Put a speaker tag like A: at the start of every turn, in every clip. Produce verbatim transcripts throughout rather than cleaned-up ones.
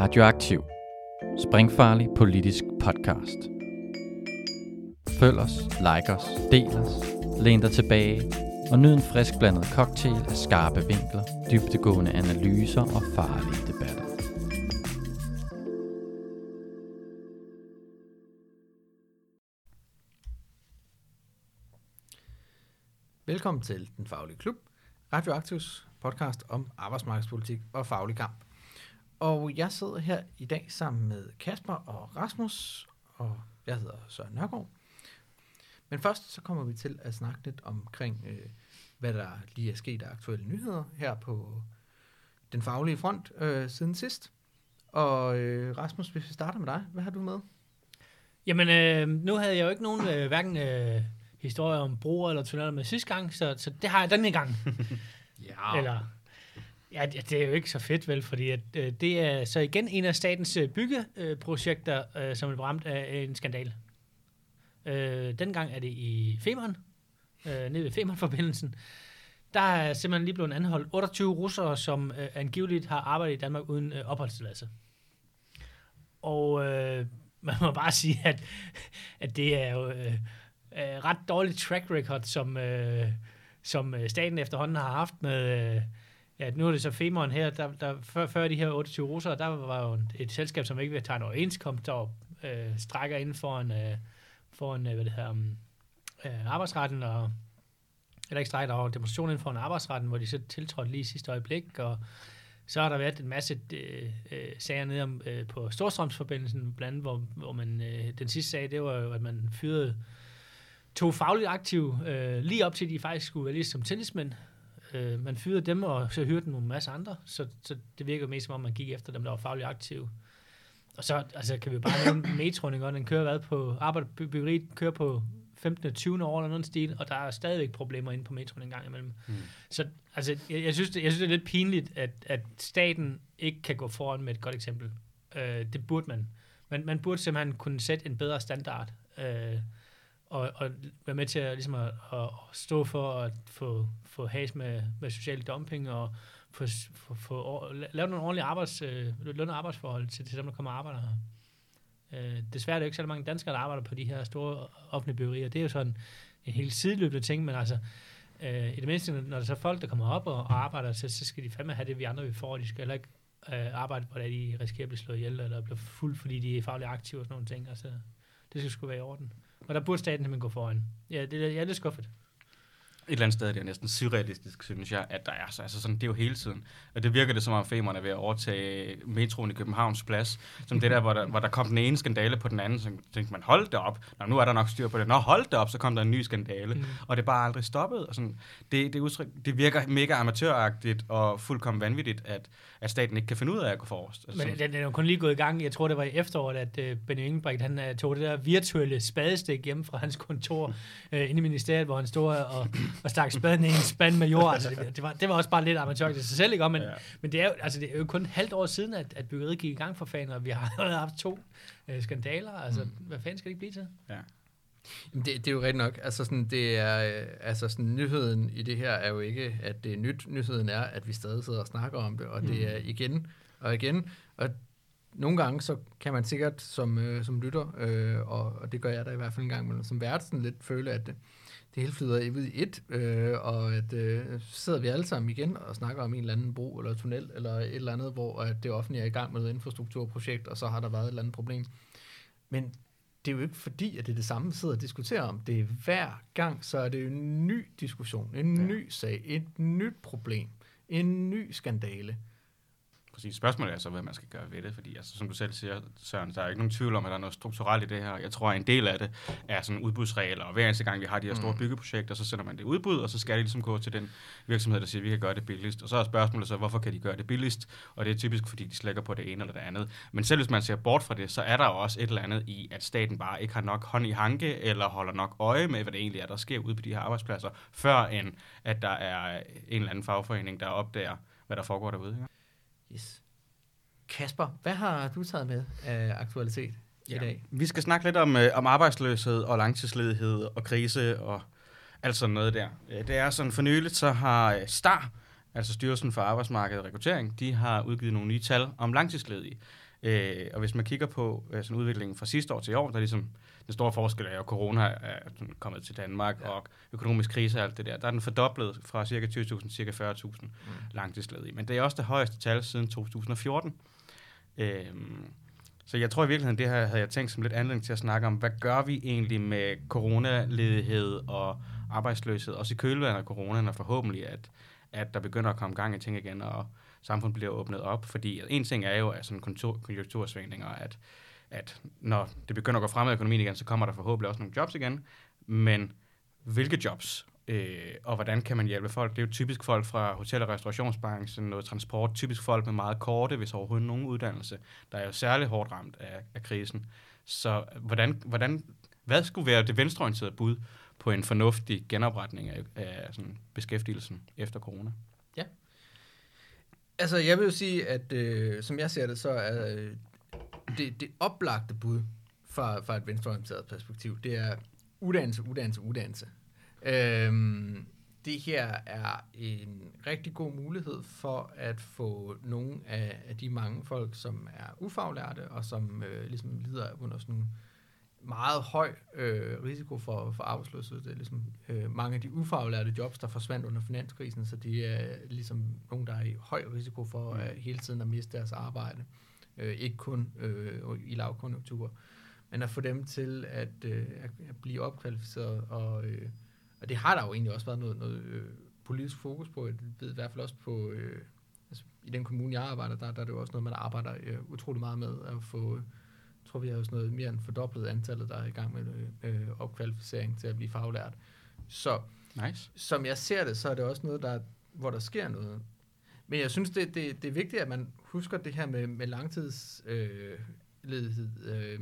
A: Radioaktiv. Springfarlig politisk podcast. Følg os, like os, del os, læn dig tilbage og nyd en frisk blandet cocktail af skarpe vinkler, dybdegående analyser og farlige debatter.
B: Velkommen til Den Faglige Klub, Radioaktivs podcast om arbejdsmarkedspolitik og faglig kamp. Og jeg sidder her i dag sammen med Kasper og Rasmus, og jeg hedder Søren Nørgaard. Men først så kommer vi til at snakke lidt omkring, øh, hvad der lige er sket af aktuelle nyheder her på den faglige front øh, siden sidst. Og øh, Rasmus, hvis vi starter med dig, hvad har du med?
C: Jamen, øh, nu havde jeg jo ikke nogen øh, hverken øh, historier om broer eller tunneller med sidste gang, så, så det har jeg denne gang.
B: Ja.
C: Eller, ja, det er jo ikke så fedt vel, fordi at, øh, det er så igen en af statens øh, byggeprojekter, øh, som er ramt af en skandale. Øh, dengang er det i Femern, øh, nede ved Femern-forbindelsen. Der er simpelthen lige blevet anholdt otteogtyve russere, som øh, angiveligt har arbejdet i Danmark uden øh, opholdstilladelse. Og øh, man må bare sige, at, at det er jo øh, øh, ret dårligt track record, som, øh, som staten efterhånden har haft med... Øh, ja, nu er det så Femern her, der, der, før, før de her otteogtyve russere, der var jo et selskab, som ikke vil tage en overenskomst, der øh, strækker inden for en... Øh, for en, hvad det her, um, øh, arbejdsretten, og, eller ikke strækker, der var demonstration inden for en arbejdsretten, hvor de så tiltrådte lige i sidste øjeblik, og så har der været en masse øh, øh, sager nede om, øh, på Storstrømsforbindelsen, blandt andet, hvor, hvor man, øh, den sidste sag, det var jo, at man fyrede to fagligt aktive, øh, lige op til, de faktisk skulle vælges som tennismænd. Øh, man fyrede dem, og så hørte nogle masse andre, så, så det virker mest som om, man gik efter dem, der var fagligt aktive. Og så altså, kan vi bare nævne metroen, ikke? Den kører hvad på arbejdsbyggeriet, kører på femtende og tyvende år eller noget stil, og der er stadigvæk problemer inde på metroen en gang imellem. Mm. Så altså, jeg, jeg, synes, det, jeg synes, det er lidt pinligt, at, at staten ikke kan gå foran med et godt eksempel. Øh, det burde man. man. Man burde simpelthen kunne sætte en bedre standard, øh, og, og være med til at, ligesom at, at stå for at få, få has med, med social dumping, og få, få, få lave nogle ordentlige arbejds, øh, løn- og arbejdsforhold til, til dem, der kommer og arbejder her. Øh, desværre er det jo ikke så mange danskere, der arbejder på de her store offentlige byggerier. Det er jo sådan en helt sideløbende ting, men altså, øh, i det mindste, når der så er folk, der kommer op og, og arbejder, så, så skal de fandme have det, vi andre vi får. De skal heller ikke øh, arbejde, hvor de risikerer at blive slået ihjel, eller blive fuld, fordi de er fagligt aktive og sådan nogle ting. Altså, det skal sgu være i orden. Og der burde staten simpelthen gå foran. Ja, det, jeg er lidt skuffet.
D: Et eller andet sted er det næsten surrealistisk, synes jeg, at der er så, altså sådan, det er jo hele tiden. Og det virker det som om Femern er ved at overtage metroen i Københavns Plads, som det der, hvor der, hvor der kom den ene skandale på den anden, så tænkte man, hold det op. Nå, nu er der nok styr på det. Nå, hold det op, så kom der en ny skandale. Mm. Og det er bare aldrig stoppet. Og sådan, det, det, udtryk, det virker mega amatøragtigt og fuldkommen vanvittigt, at, at staten ikke kan finde ud af at gå forrest. Altså,
C: men den er jo kun lige gået i gang. Jeg tror, det var i efteråret, at uh, Benny Engelbrecht, han uh, tog det der virtuelle spadestik hjemme fra hans kontor uh, inde i ministeriet, hvor han stod og og stak spaden i en spand med jord. Altså, det, det, var, det var også bare lidt amatørigt i sig selv, ikke? Men, ja. men det, er jo, altså, det er jo kun et halvt år siden, at, at byggeriet gik i gang for fanden, og vi har haft to øh, skandaler. Altså, mm. hvad fanden skal det ikke blive til?
B: Ja. Jamen, det, det er jo rigtigt nok. Altså, sådan, det er, øh, altså, sådan, nyheden i det her er jo ikke, at det er nyt. Nyheden er, at vi stadig sidder og snakker om det, og mm. det er igen og igen. Og nogle gange, så kan man sikkert som, øh, som lytter, øh, og, og det gør jeg da i hvert fald en gang, men som vært sådan lidt føle, at det, det hele flyder ud i et, øh, og at øh, så sidder vi alle sammen igen og snakker om en eller anden bro eller tunnel, eller et eller andet, hvor at det offentlige er i gang med et infrastrukturprojekt, og så har der været et eller andet problem. Men det er jo ikke fordi, at det er det samme, vi sidder og diskuterer om. Det er hver gang, så er det en ny diskussion, en ja. ny sag, et nyt problem, en ny skandale.
D: Præcis. Spørgsmålet er så, hvad man skal gøre ved det, fordi altså, som du selv siger, Søren, der er ikke nogen tvivl om, at der er noget strukturelt i det her. Jeg tror, at en del af det er sådan udbudsregler, og hver eneste gang, vi har de her store byggeprojekter, så sender man det udbud, og så skal det ligesom gå til den virksomhed, der siger, at vi kan gøre det billigst. Og så er spørgsmålet så, hvorfor kan de gøre det billigst? Og det er typisk, fordi de slækker på det ene eller det andet. Men selv hvis man ser bort fra det, så er der jo også et eller andet i, at staten bare ikke har nok hånd i hanke, eller holder nok øje med, hvad det egentlig er, der sker ude på de her arbejdspladser, før end at der er en eller anden fagforening, der opdager, hvad der foregår derude. Ja?
B: Yes. Kasper, hvad har du taget med af aktualitet ja. i dag?
D: Vi skal snakke lidt om, øh, om arbejdsløshed og langtidsledighed og krise og alt sådan noget der. Det er sådan for nyligt, så har STAR, altså Styrelsen for Arbejdsmarked og Rekruttering, de har udgivet nogle nye tal om langtidsledige. Øh, og hvis man kigger på øh, sådan udviklingen fra sidste år til i år, der er ligesom den store forskel er, at corona er kommet til Danmark, ja. Og økonomisk krise og alt det der. Der er den fordoblet fra cirka tyve tusind til cirka fyrre tusind mm. langtidsledige. Men det er også det højeste tal siden to tusind og fjorten. Øh, så jeg tror i virkeligheden, det her havde jeg tænkt som lidt anledning til at snakke om, hvad gør vi egentlig med coronaledighed og arbejdsløshed, også i kølvandet af coronaen, og forhåbentlig, at, at der begynder at komme gang i ting igen, og samfundet bliver åbnet op. Fordi en ting er jo, at sådan konjunktursvingninger, at, at når det begynder at gå fremad i økonomien igen, så kommer der forhåbentlig også nogle jobs igen. Men hvilke jobs? Øh, og hvordan kan man hjælpe folk? Det er jo typisk folk fra hotel- og restaurationsbranchen, noget transport, typisk folk med meget korte, hvis overhovedet nogen uddannelse, der er jo særligt hårdt ramt af, af krisen. Så hvordan, hvordan, hvad skulle være det venstreorienterede bud på en fornuftig genopretning af, af sådan beskæftigelsen efter corona?
B: Ja. Altså, jeg vil jo sige, at øh, som jeg ser det, så er øh, det, det oplagte bud fra, fra et venstreorienteret perspektiv, det er uddannelse, uddannelse, uddannelse. Øhm, det her er en rigtig god mulighed for at få nogle af, af de mange folk, som er ufaglærte og som øh, ligesom lider under sådan en meget høj øh, risiko for, for arbejdsløshed. Det er ligesom øh, mange af de ufaglærte jobs, der forsvandt under finanskrisen, så det er ligesom nogen, der er i høj risiko for at hele tiden at miste deres arbejde. Øh, ikke kun øh, i lavkonjunktur, men at få dem til at, øh, at blive opkvalificeret og øh, Og det har der jo egentlig også været noget, noget øh, politisk fokus på. Jeg ved i hvert fald også på, øh, altså, i den kommune, jeg arbejder, der, der er det jo også noget, man arbejder øh, utrolig meget med at få, jeg tror vi har jo sådan noget mere end fordoblet antallet, der er i gang med øh, opkvalificering til at blive faglært. Så
D: nice. Som
B: jeg ser det, så er det også noget, der, hvor der sker noget. Men jeg synes, det, det, det er vigtigt, at man husker det her med, med langtidsledighed. Øh, øh,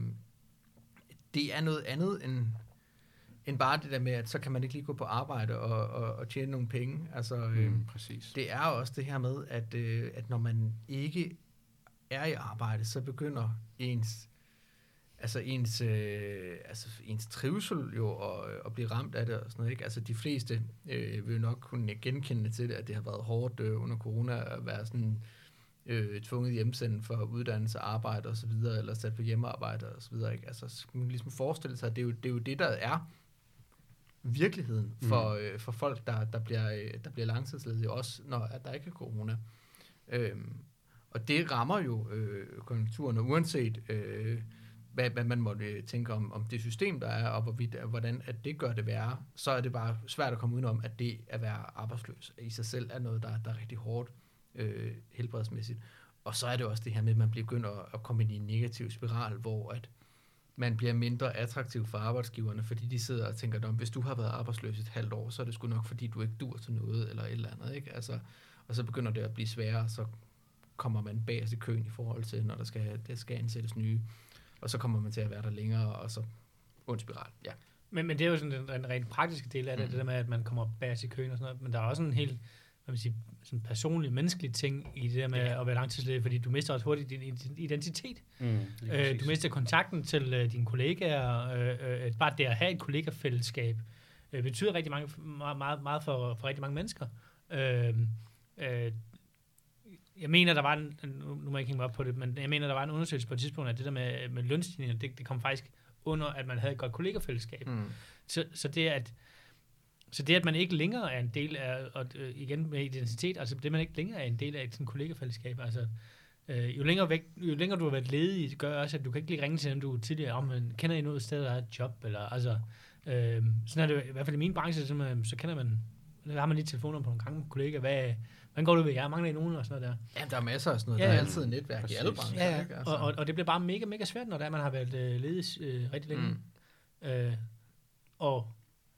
B: det er noget andet end end bare det der med, at så kan man ikke lige gå på arbejde og, og, og tjene nogle penge. Altså,
D: mm,
B: øh,
D: præcis.
B: Det er også det her med, at, øh, at når man ikke er i arbejde, så begynder ens, altså ens, øh, altså ens trivsel jo at, at blive ramt af det og sådan noget, ikke? Altså de fleste øh, vil nok kunne genkende til det, at det har været hårdt øh, under corona at være sådan øh, tvunget hjemsendt for uddannelse, arbejde og så videre, eller sat på hjemmearbejde og så videre, ikke? Altså så kan man ligesom forestille sig, at det er jo det, er jo det der er virkeligheden for, mm. øh, for folk, der, der, bliver, øh, der bliver langtidsledige, også når at der ikke er corona. Øhm, og det rammer jo øh, konjunkturen, og uanset øh, hvad, hvad man måtte tænke om, om det system, der er, og hvorvidt, hvordan at det gør det værre, så er det bare svært at komme udenom, at det at være arbejdsløs i sig selv er noget, der, der er rigtig hårdt øh, helbredsmæssigt. Og så er det også det her med, at man begynder at komme ind i en negativ spiral, hvor at man bliver mindre attraktiv for arbejdsgiverne, fordi de sidder og tænker, hvis du har været arbejdsløs et halvt år, så er det sgu nok, fordi du ikke dur til noget, eller et eller andet, ikke? Altså, og så begynder det at blive sværere, så kommer man bagerst i køen i forhold til, når der skal, der skal ansættes nye, og så kommer man til at være der længere, og så ond spiral, ja.
C: Men, men det er jo sådan den, den rent praktiske del af det, mm. det der med, at man kommer bagerst i køen og sådan noget, men der er også en helt, hvad man siger, sådan personlig, menneskelig ting i det der med ja. at være langtidsledig, fordi du mister også hurtigt din identitet. Mm, øh, du mister kontakten til øh, dine kollegaer. Øh, øh, bare det at have et kollegafællesskab øh, betyder rigtig mange, meget, meget, meget for, for rigtig mange mennesker. Øh, øh, jeg mener, der var en, nu må jeg ikke hænge mig op på det, men jeg mener, der var en undersøgelse på et tidspunkt, at det der med, med lønstigninger, det, det kom faktisk under, at man havde et godt kollegafællesskab. Mm. Så, så det at Så det, at man ikke længere er en del af, og øh, igen med identitet, altså det, man ikke længere er en del af et sådan kollegafællesskab, altså øh, jo, længere væk, jo længere du har været ledig, det gør også, at du kan ikke lige ringe til dem, du tidligere om, men kender I noget sted, der er et job, eller altså, øh, sådan er det i hvert fald i min branche, så, man, så kender man, der har man lige telefoner på nogle gange kollegaer, hvad, hvordan går det ved jer, mangler I nogen, og sådan noget der.
B: Ja, der er masser af sådan noget, ja, der er altid netværk præcis. I alle brancher,
C: ja,
B: ikke? Altså.
C: Og, og, og det bliver bare mega, mega svært, når der er, man har været øh, ledig øh, rigtig længe. Mm. Øh, og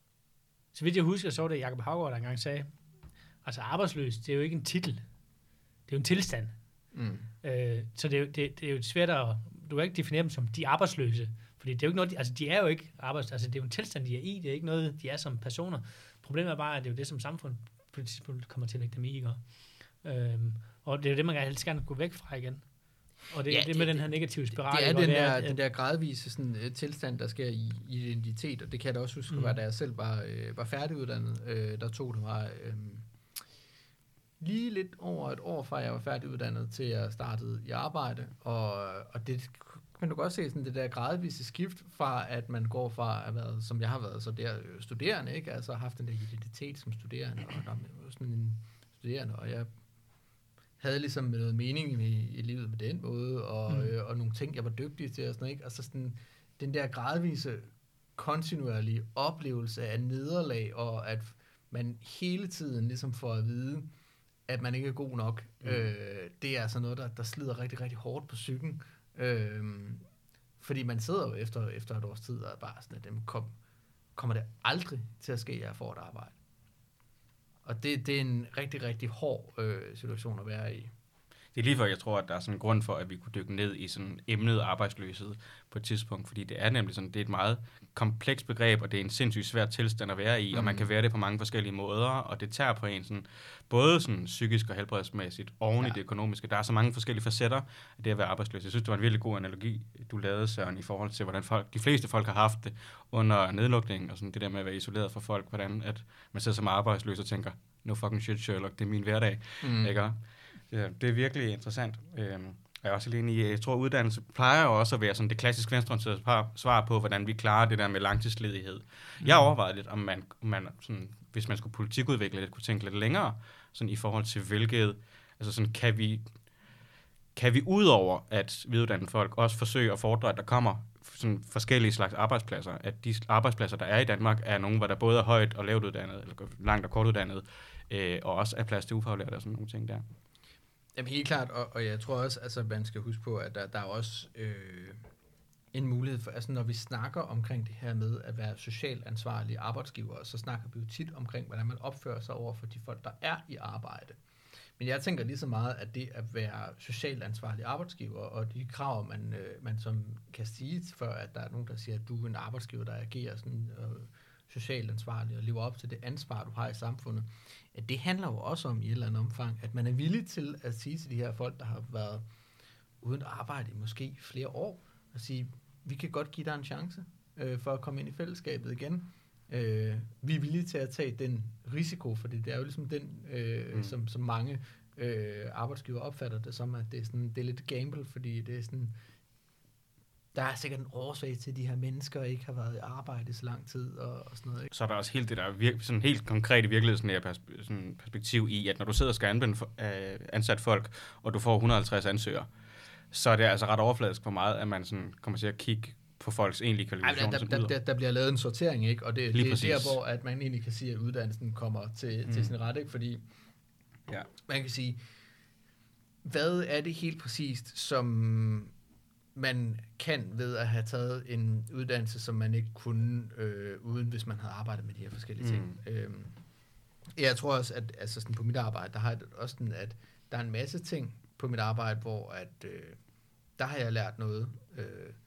C: så vidt jeg husker, så var det Jacob Haugaard, der engang sagde, altså arbejdsløs, det er jo ikke en titel. Det er jo en tilstand. Mm. Øh, så det er, jo, det, det er jo svært at, du kan ikke definere dem som de arbejdsløse, fordi det er jo ikke noget, de, altså de er jo ikke arbejdsløse, altså det er jo en tilstand, de er i, det er ikke noget, de er som personer. Problemet er bare, at det er jo det, som samfund på et tidspunkt kommer til at lægge dem i, ikke? Øhm, og det er jo det, man helst gerne gå væk fra igen. Og det er ja, det med det, den her negative spiral.
B: Det er den, det er, der, at, den der gradvise sådan, uh, tilstand, der sker i, i identitet, og det kan jeg da også huske, mm. da jeg selv var, øh, var færdiguddannet, øh, der tog det mig øh, lige lidt over et år, fra jeg var færdiguddannet, til jeg startede i arbejde. Og, og det kan du godt se, sådan det der gradvise skift fra, at man går fra at være, som jeg har været, så der studerende, ikke? Altså haft den der identitet som studerende, og der var sådan en studerende, og jeg havde ligesom noget mening i, i livet på den måde, og, mm. øh, og nogle ting, jeg var dygtig til, og sådan, ikke? Altså sådan, den der gradvise, kontinuerlige oplevelse af nederlag, og at man hele tiden ligesom får at vide, at man ikke er god nok, mm. øh, det er altså noget, der, der slider rigtig, rigtig hårdt på psyken. Øh, fordi man sidder jo efter, efter et års tid, og bare sådan, at dem kom, kommer det aldrig til at ske, at jeg får et arbejde. Og det, det er en rigtig, rigtig hård øh, situation at være i.
D: Det er lige før, jeg tror, at der er sådan en grund for, at vi kunne dykke ned i sådan emnet arbejdsløshed på et tidspunkt, fordi det er nemlig sådan, det er et meget komplekst begreb, og det er en sindssygt svær tilstand at være i, mm. og man kan være det på mange forskellige måder, og det tager på en sådan, både sådan psykisk og helbredsmæssigt, oven ja. i det økonomiske. Der er så mange forskellige facetter af det at være arbejdsløs. Jeg synes, det var en virkelig god analogi, du lavede, Søren, i forhold til, hvordan folk, de fleste folk har haft det under nedlukningen, og sådan det der med at være isoleret fra folk, hvordan at man sidder som arbejdsløs og tænker, no fucking shit, Sherlock, det er min hverdag, mm. ikke? Ja, det er virkelig interessant. Øhm, jeg er også alene i, jeg tror, uddannelse plejer jo også at være sådan det klassisk venstreorienterede svar på, hvordan vi klarer det der med langtidsledighed. Mm. Jeg overvejede lidt, om man, om man sådan, hvis man skulle politikudvikle det, kunne tænke lidt længere, sådan i forhold til hvilket, altså sådan, kan vi, kan vi ud over at videreuddanne folk også forsøge at fordre, at der kommer sådan forskellige slags arbejdspladser, at de arbejdspladser, der er i Danmark, er nogle, hvor der både er højt og lavt uddannet, eller langt og kort uddannet, øh, og også er plads til ufaglærte og sådan nogle ting der.
B: Jamen helt klart, og, og jeg tror også, altså man skal huske på, at der, der er også øh, en mulighed for, altså når vi snakker omkring det her med at være socialt ansvarlige arbejdsgivere, så snakker vi jo tit omkring, hvordan man opfører sig over for de folk, der er i arbejde. Men jeg tænker lige så meget, at det at være socialt ansvarlig arbejdsgiver, og de krav, man, øh, man som kan sige, før at der er nogen, der siger, at du er en arbejdsgiver, der agerer sådan øh, socialt ansvarlig og lever op til det ansvar, du har i samfundet, at det handler jo også om i et eller andet omfang, at man er villig til at sige til de her folk, der har været uden arbejde i måske flere år, at sige, vi kan godt give dig en chance øh, for at komme ind i fællesskabet igen. Øh, vi er villige til at tage den risiko, for det er jo ligesom den, øh, mm. som, som mange øh, arbejdsgiver opfatter det som, at det er, sådan, det er lidt gamble, fordi det er sådan, der er sikkert en årsag til, at de her mennesker ikke har været i arbejde så lang tid og, og sådan noget. Ikke?
D: Så er der også helt det der virke, sådan helt konkrete virkelighedsnære pers- sådan perspektiv i, at når du sidder og skal anvende for, øh, ansat folk, og du får et hundrede og halvtreds ansøgere, så er det altså ret overfladisk for meget, at man sådan kommer til at kigge på folks egentlige kvalifikationer.
B: Der, der, der, der bliver lavet en sortering, ikke? Og det, det er der, hvor at man egentlig kan sige, at uddannelsen kommer til, mm. til sin ret, ikke? Fordi ja. man kan sige, hvad er det helt præcist, som man kan ved at have taget en uddannelse, som man ikke kunne, øh, uden hvis man havde arbejdet med de her forskellige ting. Mm. Øhm, jeg tror også, at altså sådan på mit arbejde, der har jeg også sådan, at der er en masse ting på mit arbejde, hvor at, øh, der har jeg lært noget øh,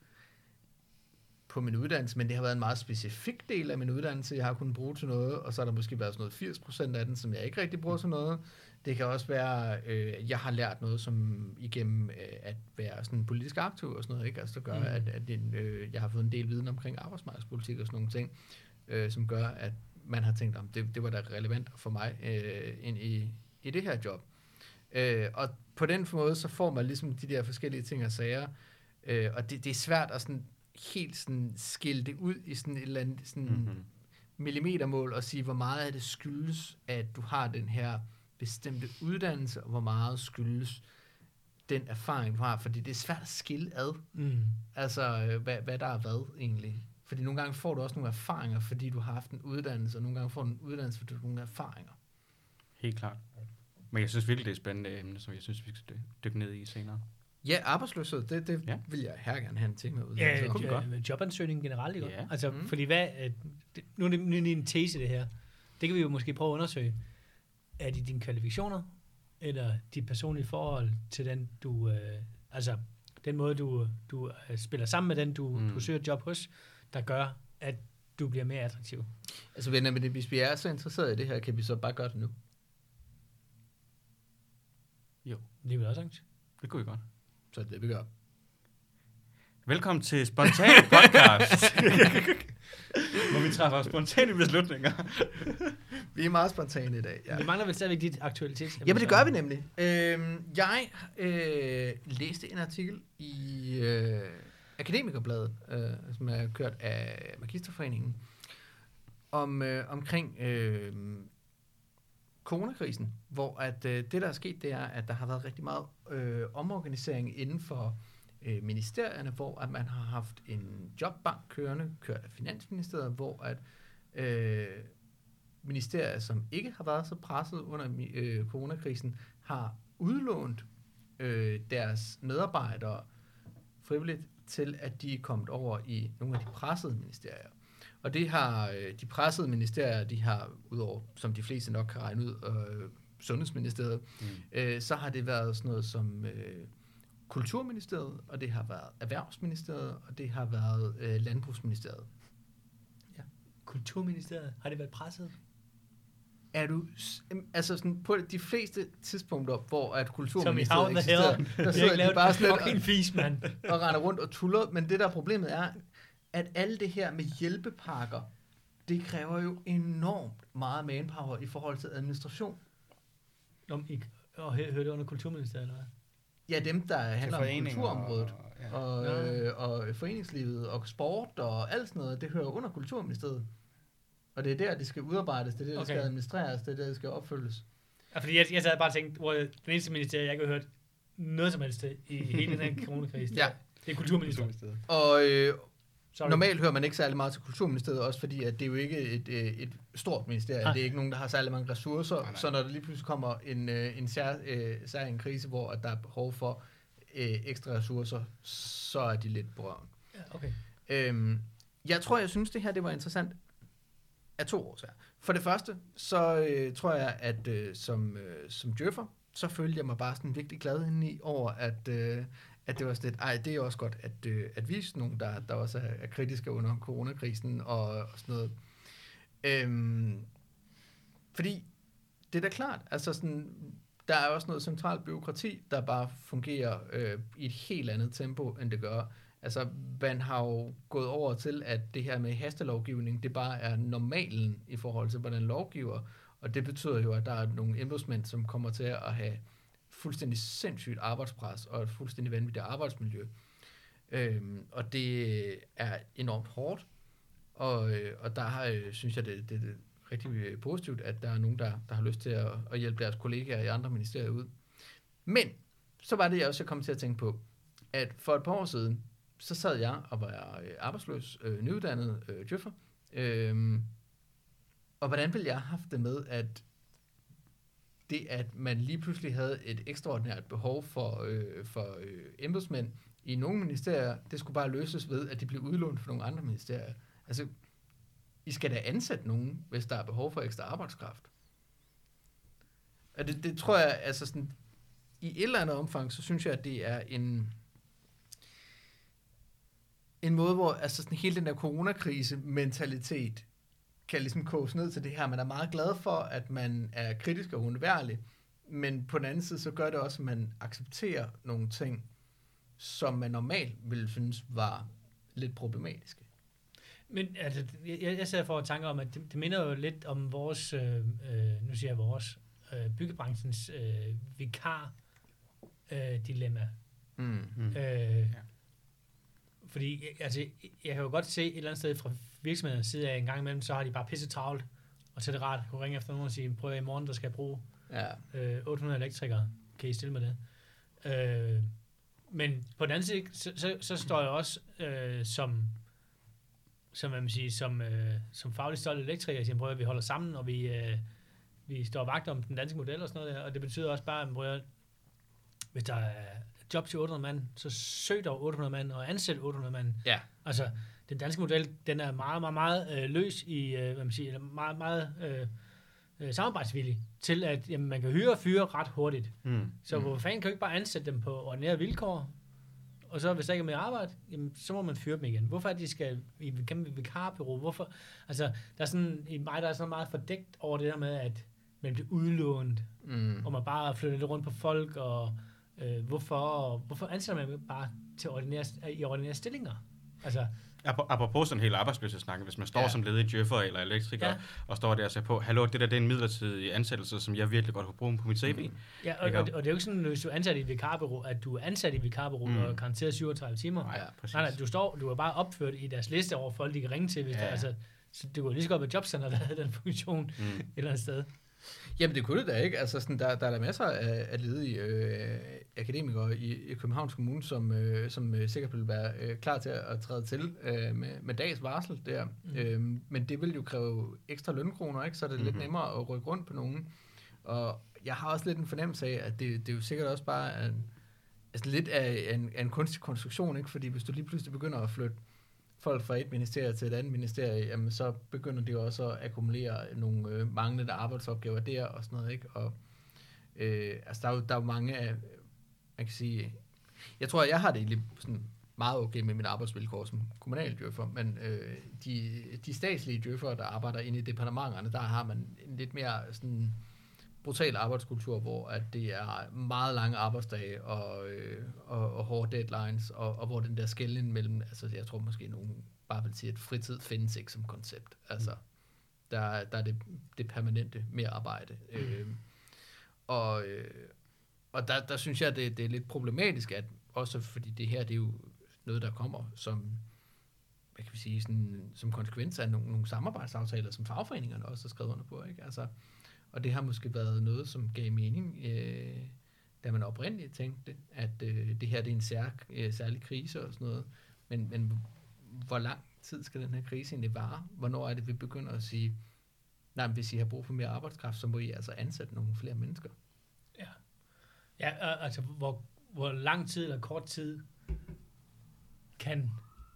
B: på min uddannelse, men det har været en meget specifik del af min uddannelse, jeg har kunnet bruge til noget, og så har der måske været sådan noget firs procent af den, som jeg ikke rigtig bruger til noget. Det kan også være, øh, jeg har lært noget som igennem øh, at være sådan politisk aktiv og sådan noget, ikke? Altså det gør, mm. at, at det, øh, jeg har fået en del viden omkring arbejdsmarkedspolitik og sådan nogle ting, øh, som gør, at man har tænkt, om det, det var da relevant for mig øh, ind i, i det her job. Øh, og på den måde, så får man ligesom de der forskellige ting og sager, øh, og det, det er svært at sådan helt sådan skille det ud i sådan et eller andet sådan mm-hmm. millimetermål og sige, hvor meget af det skyldes, at du har den her bestemte uddannelse, og hvor meget skyldes den erfaring, du har. Fordi det er svært at skille ad. Mm. Altså, hvad, hvad der er hvad egentlig. Fordi nogle gange får du også nogle erfaringer, fordi du har haft en uddannelse, og nogle gange får du en uddannelse, fordi du har nogle erfaringer.
D: Helt klart. Men jeg synes virkelig, det er et spændende emne, som jeg synes, vi skal dykke ned i senere.
B: Ja, arbejdsløshed, det, det ja. vil jeg her gerne have en ting med ud.
C: Ja, det kunne vi godt. Jobansøgning generelt, ikke?
B: Ja.
C: Altså,
B: mm.
C: fordi hvad, nu er det nu en tese, det her. Det kan vi jo måske prøve at undersøge. Er det dine kvalifikationer, eller dit personlige forhold til den, du, øh, altså, den måde, du, du øh, spiller sammen med den, du, mm. du søger et job hos, der gør, at du bliver mere attraktiv?
B: Altså, venner, men hvis vi er så interesserede i det her, kan vi så bare gøre det nu?
C: Jo, det er vel også angst.
D: Det kunne vi godt.
B: Så det vi gør.
D: Velkommen til Spontan Podcast. Hvor vi træffer spontane beslutninger.
B: Vi er meget spontane i dag. Ja.
C: Vi mangler vel stadigvæk dit aktualitet.
B: Jamen det gør vi nemlig. Øhm, jeg øh, læste en artikel i øh, Akademikerbladet, øh, som er kørt af Magisterforeningen, om øh, omkring øh, coronakrisen, hvor at øh, det, der er sket, det er, at der har været rigtig meget øh, omorganisering inden for øh, ministerierne, hvor at man har haft en jobbank kørende, kørt af Finansministeriet, hvor at øh, ministerier, som ikke har været så presset under øh, coronakrisen, har udlånt øh, deres medarbejdere frivilligt til, at de er kommet over i nogle af de pressede ministerier. Og det har øh, de pressede ministerier, de har, udover, som de fleste nok kan regne ud, øh, Sundhedsministeriet, mm. øh, så har det været sådan noget som øh, Kulturministeriet, og det har været Erhvervsministeriet, og det har været øh, Landbrugsministeriet.
C: Ja. Kulturministeriet, har det været presset?
B: Er du, altså sådan på de fleste tidspunkter, hvor at Kulturministeriet
C: Som i
B: eksisterer, der sidder de bare sådan lidt
C: fis, mand.
B: og, og render rundt og tuller, men det der problemet er, at alle det her med hjælpepakker, det kræver jo enormt meget manpower i forhold til administration.
C: Om I og hører det under Kulturministeriet, eller hvad?
B: Ja, dem, der handler om kulturområdet,
D: og, ja.
B: og, øh, og foreningslivet, og sport, og alt sådan noget, det hører under Kulturministeriet. Og det er der, det skal udarbejdes, det er der, det okay. skal administreres, det er der, det skal opfyldes.
C: Ja, fordi jeg, jeg sad bare og tænkte, hvor den eneste ministerie, jeg ikke har hørt noget som helst i hele den her coronakrise,
B: ja.
C: det er Kulturministeriet.
B: Og øh,
C: Sorry.
B: Normalt hører man ikke særlig meget til Kulturministeriet, også fordi at det er jo ikke et, et, et stort ministerie. Ah. Det er ikke nogen, der har særlig mange ressourcer. Nej, nej. Så når der lige pludselig kommer en, en sær, sær en krise, hvor at der er behov for øh, ekstra ressourcer, så er de lidt berørt.
C: Ja, okay.
B: Øhm, jeg tror, jeg synes, det her det var interessant af to årsager. For det første, så øh, tror jeg, at øh, som, øh, som djøffer, så følte jeg mig bare sådan virkelig glad indeni over, at... Øh, at det var sådan lidt, ej, det er også godt, at, øh, at vi er nogen, der, der også er, er kritiske under coronakrisen og, og sådan noget. Øhm, fordi det er da klart, altså sådan, der er også noget centralt byråkrati, der bare fungerer øh, i et helt andet tempo, end det gør. Altså, man har jo gået over til, at det her med hastelovgivning, det bare er normalen i forhold til, hvordan lovgiver, og det betyder jo, at der er nogle embedsmænd, som kommer til at have fuldstændig sindssygt arbejdspres og et fuldstændig vanvittigt arbejdsmiljø. Øhm, og det er enormt hårdt, og, og der har, øh, synes jeg, det, det, det er rigtig positivt, at der er nogen, der, der har lyst til at, at hjælpe deres kollegaer i andre ministerier ud. Men så var det, jeg også kom til at tænke på, at for et par år siden, så sad jeg og var arbejdsløs, øh, nyuddannet øh, djøffer, øh, og hvordan ville jeg have haft det med, at det, at man lige pludselig havde et ekstraordinært behov for, øh, for øh, embedsmænd i nogle ministerier, det skulle bare løses ved, at de blev udlånt for nogle andre ministerier. Altså, I skal da ansætte nogen, hvis der er behov for ekstra arbejdskraft. Og det, det tror jeg, altså sådan, i et eller andet omfang, så synes jeg, at det er en, en måde, hvor altså sådan hele den der coronakrise-mentalitet kan ligesom koges ned til det her. Man er meget glad for, at man er kritisk og undværlig, men på den anden side, så gør det også, at man accepterer nogle ting, som man normalt ville synes var lidt problematiske.
C: Men altså, jeg, jeg sidder for at tanke om, at det, det minder jo lidt om vores, øh, øh, nu siger jeg vores, øh, byggebranchens øh, vikar-dilemma. Øh, mm. Mm. Øh, ja. Fordi, altså, jeg kan jo godt se et eller andet sted fra virksomhedens side af en gang imellem, så har de bare pisse travlt, og så er det rart at kunne ringe efter nogen og sige, prøv at i morgen, der skal jeg bruge ja. øh, otte hundrede elektrikere. Kan I stille med det? Øh, men på den anden side, så, så, så står jeg også øh, som, som, man sige, som, øh, som faglig stolt elektriker, og siger, prøv at vi holder sammen, og vi, øh, vi står vagt om den danske model og sådan noget der, og det betyder også bare, at hvis der er job til otte hundrede mand, så søg dog otte hundrede mand og ansæt otte hundrede mand. Ja. Altså, den danske model, den er meget, meget, meget øh, løs i, øh, hvad man siger, meget, meget øh, øh, samarbejdsvillig til, at jamen, man kan hyre og fyre ret hurtigt. Mm. Så mm. hvor fanden kan jo ikke bare ansætte dem på ordinære vilkår, og så hvis der ikke er mere arbejde, jamen, så må man fyre dem igen. Hvorfor er de skal i et kæmpe vikarbureau? Hvorfor? Altså, der er sådan, i mig, der er sådan meget fordækt over det der med, at man bliver udlånt, mm. og man bare flytter lidt rundt på folk, og øh, hvorfor, hvorfor ansætter man bare til ordinære, i ordinære stillinger? Altså,
D: Apropos sådan en hel arbejdsløshedssnak, hvis man står
B: Ja.
D: som ledig djøffer eller elektriker,
C: Ja.
D: og står der og siger på, hallo, det der det er en midlertidig ansættelse, som jeg virkelig godt kunne bruge på mit C V.
C: Ja, og, og, og det er jo ikke sådan, hvis du er ansat i et vikarbureau, at du er ansat i et vikarbureau
D: Mm.
C: og garanteret syvogtredive timer.
D: Nej,
B: Ja,
D: præcis.
C: Nej, nej, du står, du er bare opført i deres liste over folk, de kan ringe til, hvis
D: Ja,
C: ja.
D: ja.
C: der, altså, så det kunne lige så godt være jobcenter, der havde den funktion
D: Mm.
C: et eller andet sted.
B: Jamen, det kunne det da ikke. Altså, sådan, der, der er der masser af, af ledige øh, akademikere i, i Københavns Kommune, som, øh, som øh, sikkert vil være øh, klar til at, at træde til øh, med, med dags varsel der.
C: Mm.
B: Mm. Øhm, men det vil jo kræve ekstra lønkroner, ikke? Så er det mm-hmm. lidt nemmere at rykke rundt på nogen. Og jeg har også lidt en fornemmelse af, at det, det er jo sikkert også bare en, altså lidt af en, af en kunstig konstruktion, ikke? Fordi hvis du lige pludselig begynder at flytte folk fra et ministerie til et andet ministerie, jamen så begynder de jo også at akkumulere nogle øh, manglende arbejdsopgaver der og sådan noget, ikke? Og øh, altså der er, jo, der er jo mange af, man kan sige, jeg tror, jeg har det egentlig sådan meget okay med mine arbejdsvilkår som kommunal djøffer, men øh, de, de statslige djøffer, der arbejder inde i departementerne, der har man en lidt mere sådan brutal arbejdskultur, hvor at det er meget lange arbejdsdage og, øh, og, og hårde deadlines, og, og hvor den der skelnen mellem, altså jeg tror måske nogen bare vil sige, at fritid findes ikke som koncept. Altså, der, der er det, det permanente mere arbejde. Mm. Øh, og øh, og der, der synes jeg, det, det er lidt problematisk, at også fordi det her, det er jo noget, der kommer som, hvad kan vi sige, sådan, som konsekvens af nogle, nogle samarbejdsaftaler, som fagforeningerne også har skrevet under på, ikke? Altså, og det har måske været noget, som gav mening, øh, da man oprindeligt tænkte, at øh, det her det er en sær, øh, særlig krise og sådan noget. Men, men hvor lang tid skal den her krise egentlig vare? Hvornår er det, vi begynder at sige, nej, hvis I har brug for mere arbejdskraft, så må I altså ansætte nogle flere mennesker?
C: Ja, ja øh, altså hvor, hvor lang tid eller kort tid kan...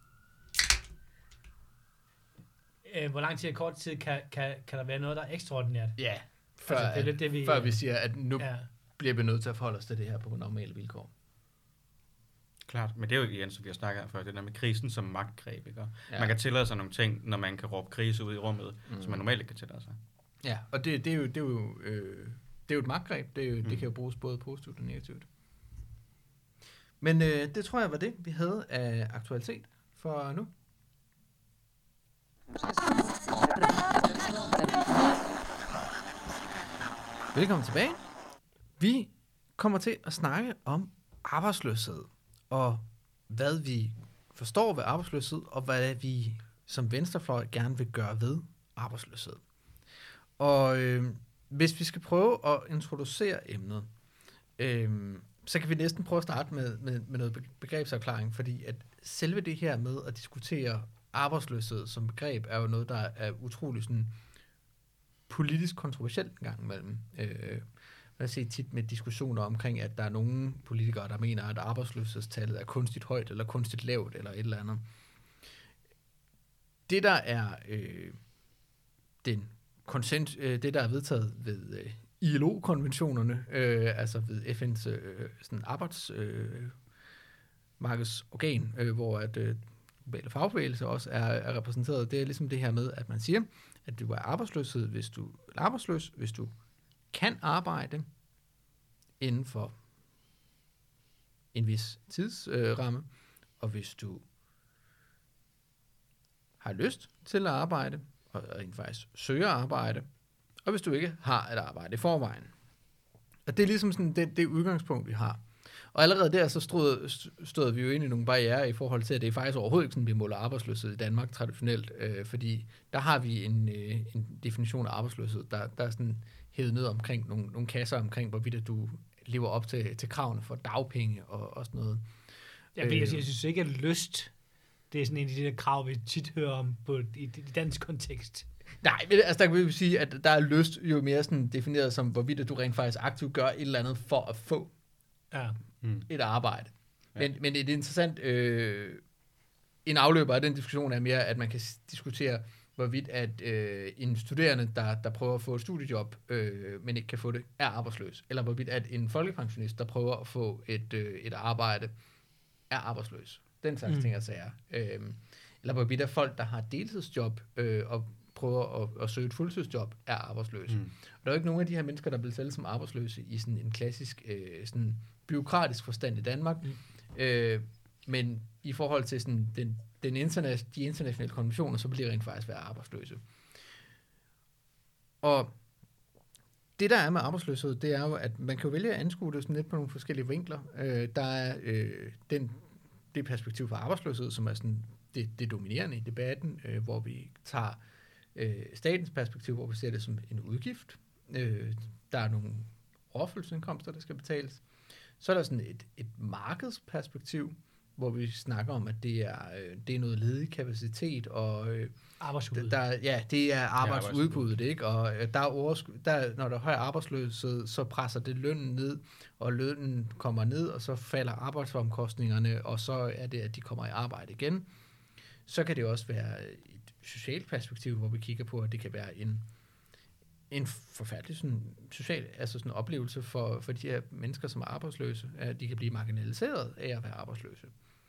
C: Øh, hvor lang tid eller kort tid kan, kan, kan der være noget, der er ekstraordinært?
B: Ja, før,
C: Altså, det er
B: at,
C: lidt det, vi-
B: før vi siger, at nu ja.
C: Ja,
B: bliver vi nødt til at forholde os til det her på normale vilkår.
D: Klart, men det er jo igen, som vi har snakket om før, det der med krisen som magtgreb, ikke?
B: Ja.
D: Man kan tillade sig nogle ting, når man kan råbe krise ud i rummet, mm. som man normalt ikke kan tillade sig.
B: Ja, og det, det er jo, det er jo, øh, det er jo et magtgreb. Det, er jo, mm.
D: Mm.
B: det kan jo bruges både positivt og negativt. Men øh, det tror jeg var det, vi havde af aktualitet for nu. Velkommen tilbage. Vi kommer til at snakke om arbejdsløshed, og hvad vi forstår ved arbejdsløshed, og hvad vi som venstrefløj gerne vil gøre ved arbejdsløshed. Og øh, hvis vi skal prøve at introducere emnet, øh, så kan vi næsten prøve at starte med, med, med noget begrebsafklaring, fordi at selve det her med at diskutere arbejdsløshed som begreb, er jo noget, der er utrolig sådan politisk kontroversielt en gang imellem. Øh, jeg har set tit med diskussioner omkring, at der er nogle politikere, der mener, at arbejdsløshedstallet er kunstigt højt, eller kunstigt lavt, eller et eller andet. Det, der er øh, den konsens, øh, det, der er vedtaget ved øh, I L O-konventionerne, øh, altså ved F N's øh, sådan arbejdsmarkedsorgan, øh, øh, hvor at øh, globale fagbevægelse også er, er repræsenteret, det er ligesom det her med, at man siger, at du er arbejdsløshed, hvis du er arbejdsløs, hvis du kan arbejde inden for en vis tidsramme, øh, og hvis du har lyst til at arbejde, og rent faktisk søger arbejde, og hvis du ikke har et arbejde i forvejen. Og det er ligesom sådan det, det udgangspunkt, vi har. Og allerede der, så stod, stod vi jo ind i nogle barrierer i forhold til, at det er faktisk overhovedet ikke sådan, vi måler arbejdsløshed i Danmark traditionelt, øh, fordi der har vi en, øh, en definition af arbejdsløshed, der, der er sådan hævet ned omkring nogle, nogle kasser omkring, hvorvidt du lever op til, til kravene for dagpenge og, og sådan noget.
C: jeg, øh, jeg, jeg synes ikke, at lyst, det er sådan en af de der krav, vi tit hører om på, i, i dansk kontekst.
B: Nej, men altså der kan vi sige, at der er lyst jo mere sådan defineret som, hvorvidt du rent faktisk aktivt gør et eller andet for at få
C: Ja.
D: Mm.
B: et arbejde.
D: Ja.
B: Men, men det er interessant, øh, en afløber af den diskussion er mere, at man kan diskutere, hvorvidt at øh, en studerende, der, der prøver at få et studiejob, øh, men ikke kan få det, er arbejdsløs. Eller hvorvidt at en folkepensionist, der prøver at få et, øh, et arbejde, er arbejdsløs. Den slags
C: Mm.
B: ting er sager. Øh, eller hvorvidt at folk, der har deltidsjob øh, og prøver at, at søge et fuldtidsjob, er arbejdsløse.
D: Mm.
B: Og der er jo ikke nogen af de her mennesker, der bliver sælget som arbejdsløse i sådan en klassisk, øh, sådan byråkratisk forstand i Danmark. Mm. Øh, Men i forhold til sådan den, den interna- de internationale konventioner, så bliver de rent faktisk være arbejdsløse. Og det, der er med arbejdsløshed, det er jo, at man kan jo vælge at anskue det sådan lidt på nogle forskellige vinkler. Øh, der er øh, den, det perspektiv for arbejdsløshed, som er sådan det, det dominerende i debatten, øh, hvor vi tager øh, statens perspektiv, hvor vi ser det som en udgift. Øh, der er nogle overførselsindkomster, der skal betales. Så er der sådan et, et markedsperspektiv, hvor vi snakker om, at det er, øh, det er noget ledig kapacitet, og øh,
C: Arbejdsudbud.
B: der, ja, det er arbejdsudbuddet, ikke? Og øh, der er oversku- der, når der er høj arbejdsløshed, så presser det lønnen ned, og lønnen kommer ned, og så falder arbejdsomkostningerne, og så er det, at de kommer i arbejde igen. Så kan det også være et socialt perspektiv, hvor vi kigger på, at det kan være en en forfærdelig sådan, social altså sådan oplevelse for, for de her mennesker, som er arbejdsløse, at de kan blive marginaliseret af at være arbejdsløse.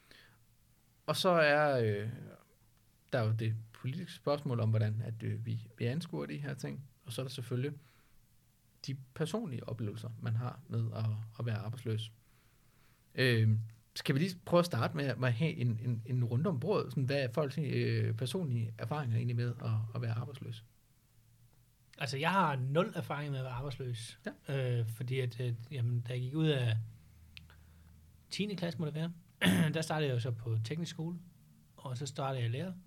B: Og så er øh, der er jo det politiske spørgsmål om, hvordan at, øh, vi, vi anskuer de her ting. Og så er der selvfølgelig de personlige oplevelser, man har med at, at være arbejdsløs. Øh, skal vi lige prøve at starte med, med at have en, en, en runde om bordet? Sådan, hvad er folks øh, personlige erfaringer egentlig med at, at være arbejdsløs?
C: Altså, jeg har nul erfaring med at være arbejdsløs. Ja. Øh, fordi at, øh, jamen, da jeg gik ud af tiende klasse, må det være, der startede jeg jo så på teknisk skole, og så startede jeg lærer,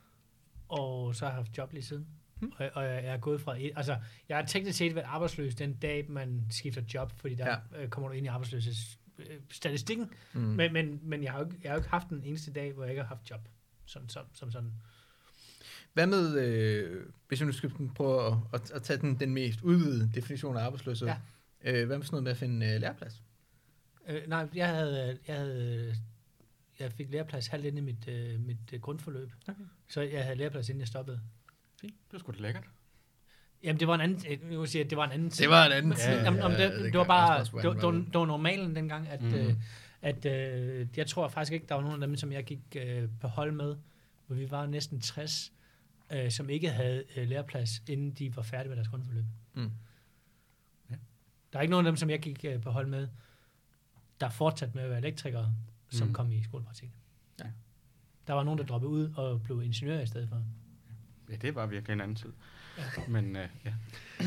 C: og så har jeg haft job lige siden. Hmm. Og, og jeg er gået fra et, altså, jeg har teknisk set været arbejdsløs den dag, man skifter job, fordi der ja. øh, kommer du ind i arbejdsløshedsstatistikken. Mm. Men, men, men jeg har jo ikke, jeg har jo ikke haft en eneste dag, hvor jeg ikke har haft job, som, som, som sådan.
B: Hvad med, øh, hvis jeg nu skal prøve at, at, at tage den, den mest udvidede definition af arbejdsløshed, ja. øh, hvad med sådan noget med at finde øh, læreplads?
C: Øh, nej, jeg havde, jeg havde, jeg fik læreplads halvt inde i mit, øh, mit øh, grundforløb, okay. Så jeg havde læreplads inden jeg stoppede.
D: Fint, det var sgu da lækkert.
C: Jamen, det var en anden, jeg vil sige, at det var en anden
B: Det var en anden
C: tid. Ja, jamen, ja, det, det, det var bare, det, det, var, det var normalen dengang, at, mm. øh, at øh, jeg tror faktisk ikke, der var nogen af dem, som jeg gik øh, på hold med, hvor vi var næsten tres, øh, som ikke havde øh, læreplads, inden de var færdige med deres grundforløb. Mm. Ja. Der er ikke nogen af dem, som jeg gik øh, på hold med, der fortsatte med at være elektrikere, som mm. kom i skolepraktik. Ja. Der var nogen, der droppede ud og blev ingeniører i stedet for.
D: Ja, det var virkelig en anden tid. Ja. Men, øh, ja.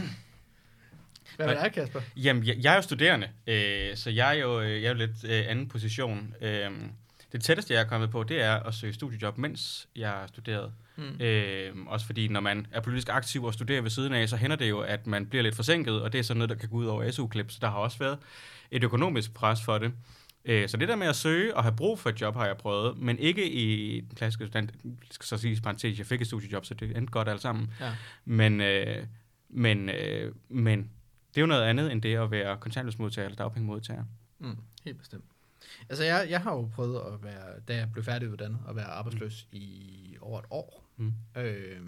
B: Hvad er det, Kasper?
D: Jamen, jeg, jeg er jo studerende, øh, så jeg er jo, jeg er jo lidt øh, anden position. Øh, det tætteste, jeg er kommet på, det er at søge studiejob, mens jeg har studeret. Mm. Øh, også fordi, når man er politisk aktiv og studerer ved siden af, så hænder det jo, at man bliver lidt forsinket, og det er sådan noget, der kan gå ud over S U-klip. Så der har også været et økonomisk pres for det. Øh, så det der med at søge og have brug for et job, har jeg prøvet, men ikke i den klassiske student. Skal så sige i parentes, jeg fik et studiejob, så det endte godt alt sammen. Ja. Men, øh, men, øh, men det er jo noget andet, end det at være kontanthjælpsmodtager eller dagpengemodtager.
B: Mm, helt bestemt. Altså, jeg, jeg har jo prøvet at være, da jeg blev færdiguddannet, at være arbejdsløs mm. i over et år. Mm. Øh,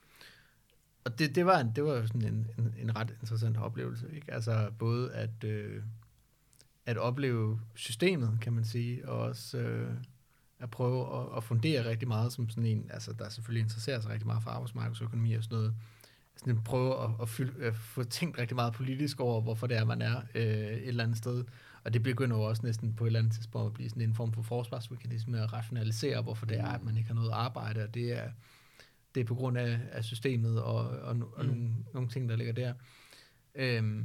B: og det, det var, en, det var sådan en, en, en ret interessant oplevelse, ikke? Altså, både at... Øh, at opleve systemet, kan man sige, og også øh, at prøve at, at fundere rigtig meget som sådan en, altså der selvfølgelig interesserer sig rigtig meget for arbejdsmarkedsøkonomi og sådan noget, sådan prøve at, at, fylde, at få tænkt rigtig meget politisk over, hvorfor det er, man er øh, et eller andet sted, og det begynder jo også næsten på et eller andet tidspunkt at blive sådan en form for forsvarsmekanisme at rationalisere, hvorfor det er, at man ikke har noget arbejde, og det er, det er på grund af, af systemet og, og, og, og mm. nogle, nogle ting, der ligger der. Øhm,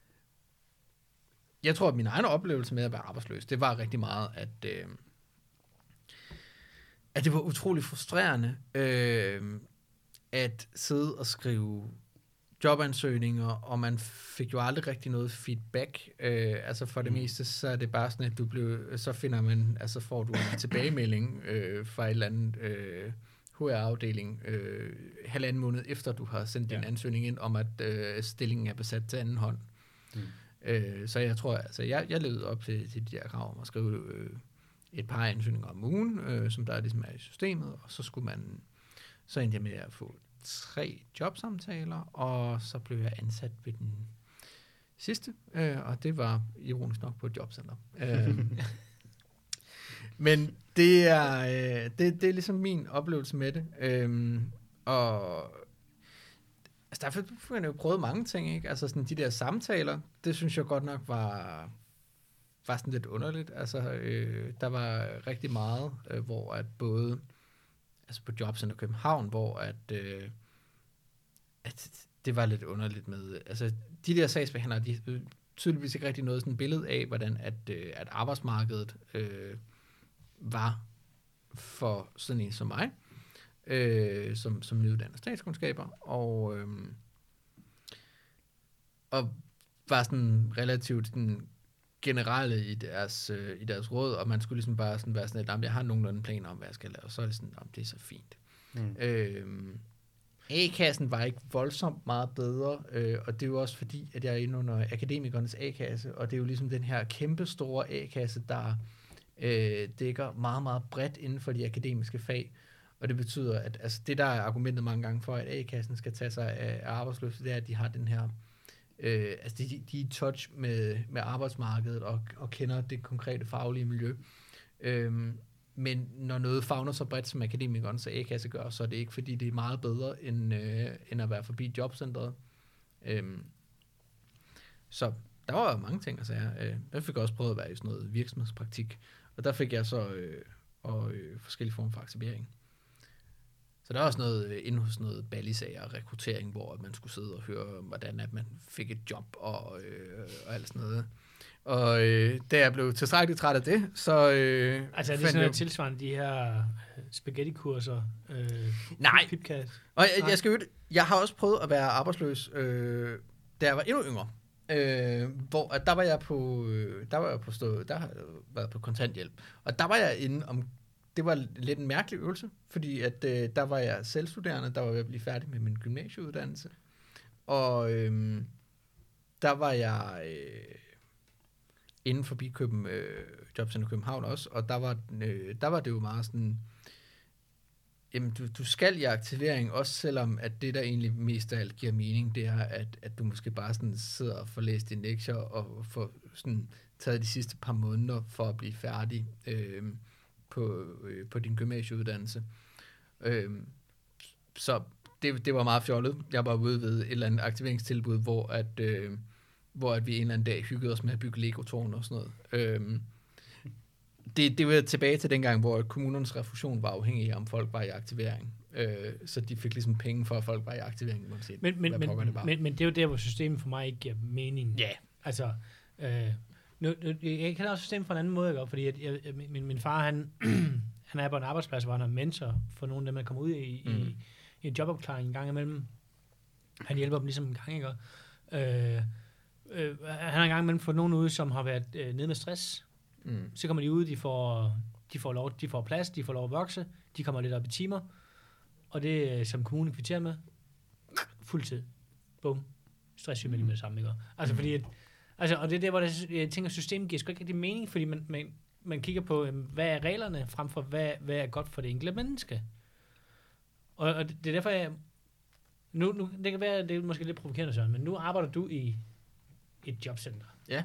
B: Jeg tror, at min egen oplevelse med at være arbejdsløs, det var rigtig meget, at, øh, at det var utrolig frustrerende øh, at sidde og skrive jobansøgninger, og man fik jo aldrig rigtig noget feedback. Øh, altså for det mm. meste, så er det bare sådan, at du blev, så finder man, altså får du en tilbagemelding øh, fra et eller andet øh, H R-afdeling øh, halvanden måned efter, du har sendt din ja. ansøgning ind, om at øh, stillingen er besat til anden hånd. Mm. Øh, så jeg tror, altså jeg, jeg levede op til, til de her krav om at skrive øh, et par ansøgninger om ugen, øh, som der ligesom er i systemet, og så skulle man, så endte jeg med at få tre jobsamtaler, og så blev jeg ansat ved den sidste, øh, og det var ironisk nok på et jobcenter. øh, men det er, øh, det, det er ligesom min oplevelse med det, øh, og altså, der har jeg jo prøvet mange ting, ikke? Altså sådan de der samtaler, det synes jeg godt nok var, var sådan lidt underligt. Altså, øh, der var rigtig meget, øh, hvor at både, altså på Jobcenter København, hvor at, øh, at det var lidt underligt med, altså de der sagsbehandlere, de øh, tydeligvis ikke rigtig noget sådan et billede af, hvordan at, øh, at arbejdsmarkedet øh, var for sådan en som mig, øh, som, som nyuddannet statskundskaber, og, øh, og var sådan relativt sådan generelle i deres, øh, i deres råd, og man skulle ligesom bare sådan være sådan, at jeg har nogenlunde planer om, hvad jeg skal lave, og så er det sådan, om det er så fint. Mm. Øh, A-kassen var ikke voldsomt meget bedre, øh, og det er jo også fordi, at jeg er inde under akademikernes A-kasse, og det er jo ligesom den her kæmpe store A-kasse, der øh, dækker meget, meget bredt inden for de akademiske fag, og det betyder, at altså, det der er argumentet mange gange for, at A-kassen skal tage sig af, af arbejdsløse, det er, at de har den her, øh, altså de, de er i touch med, med arbejdsmarkedet og, og kender det konkrete faglige miljø. Øh, Men når noget favner så bredt som akademikernes A-kasse gør, så er det ikke, fordi det er meget bedre, end, øh, end at være forbi jobcentret. Øhm, så der var jo mange ting at sige. Øh, jeg fik også prøvet at være i sådan noget virksomhedspraktik, og der fik jeg så øh, og, øh, forskellige former for aktivering. Så der er også noget øh, inde hos noget ballisager og rekruttering, hvor man skulle sidde og høre, hvordan at man fik et job og, øh, og alt sådan noget. Og øh, da jeg blev tilstrækkeligt træt af det, så... Øh,
C: altså er det sådan noget tilsvarende de her spaghetti-kurser? Øh,
B: nej.
C: Pipcast?
B: Og jeg, jeg, skal jo, jeg har også prøvet at være arbejdsløs, øh, da jeg var endnu yngre. Øh, hvor at der var jeg på... Øh, der var jeg på stå, der har jeg været på kontanthjælp. Og der var jeg inde om... Det var lidt en mærkelig øvelse, fordi at øh, der var jeg selvstuderende, der var jeg ved at blive færdig med min gymnasieuddannelse. Og øh, der var jeg... Øh, inden forbi Køben, øh, Jobcenter København også, og der var, øh, der var det jo meget sådan, jamen du, du skal i aktivering, også selvom at det, der egentlig mest af alt giver mening, det er, at, at du måske bare sådan sidder og får læst dine lektier, og får sådan taget de sidste par måneder for at blive færdig øh, på, øh, på din gymnasieuddannelse. Øh, så det, det var meget fjollet. Jeg var ude ved et eller andet aktiveringstilbud, hvor at øh, hvor at vi en eller anden dag hyggede os med at bygge Lego-tårn og sådan noget. Øhm, det, det var tilbage til dengang, hvor kommunernes refusion var afhængig af, om folk var i aktivering. Øh, så de fik ligesom penge for, at folk var i aktivering. Uanset,
C: men, men, men,
B: det
C: men, men det er jo der, hvor systemet for mig ikke giver mening.
B: Ja. Yeah.
C: Altså, øh, nu, nu, jeg kan også systemet på en anden måde, ikke? Fordi at jeg, min, min far, han, han er på en arbejdsplads, hvor han er mentor for nogle af dem, der kommer ud i, mm. i, i en jobopklaring en gang imellem. Han hjælper dem ligesom en gang, ikke? Øh, Øh, han har engang imellem fået nogen ude, som har været øh, nede med stress. Mm. Så kommer de ud, de får, de, får lov, de får plads, de får lov at vokse, de kommer lidt op i timer, og det øh, som kommunen kvitterer med, fuldtid. Bum. Stresssygemelding med det samme, ikke? Altså mm. fordi, at, altså, og det er der, hvor det, jeg tænker, systemet giver sgu ikke rigtig mening, fordi man, man, man kigger på, øh, hvad er reglerne, frem for hvad, hvad er godt for det enkelte menneske. Og, og det er derfor, jeg, nu, nu, det kan være, det er måske lidt provokerende, Søren, men nu arbejder du i et jobcenter. Ja.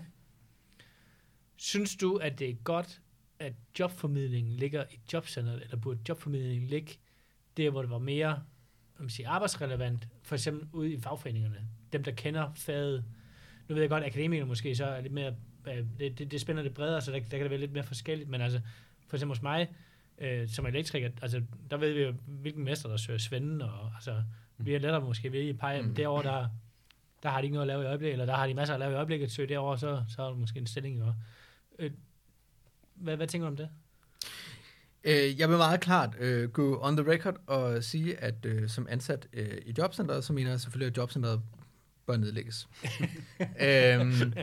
C: Synes du, at det er godt, at jobformidlingen ligger i jobcenteret, eller burde jobformidlingen ligge der, hvor det var mere man sige, arbejdsrelevant, for eksempel ude i fagforeningerne? Dem, der kender faget. Nu ved jeg godt, at akademikere måske så er lidt mere, det, det, det spænder lidt bredere, så der, der kan det være lidt mere forskelligt, men altså, for eksempel hos mig, øh, som elektriker, altså, der ved vi jo, hvilken mester, der søger Svenden, og altså, vi er lettere måske ved at pege, men derovre, der der har de ikke noget at lave i øjeblikket, eller der har de masser at lave i øjeblikket, så derovre, så, så er der måske en stilling. Og, øh, hvad, hvad tænker du om det?
B: Øh, jeg vil meget klart øh, gå on the record og sige, at øh, som ansat øh, i jobcenteret, så mener jeg selvfølgelig, at jobcenteret bør nedlægges. øhm,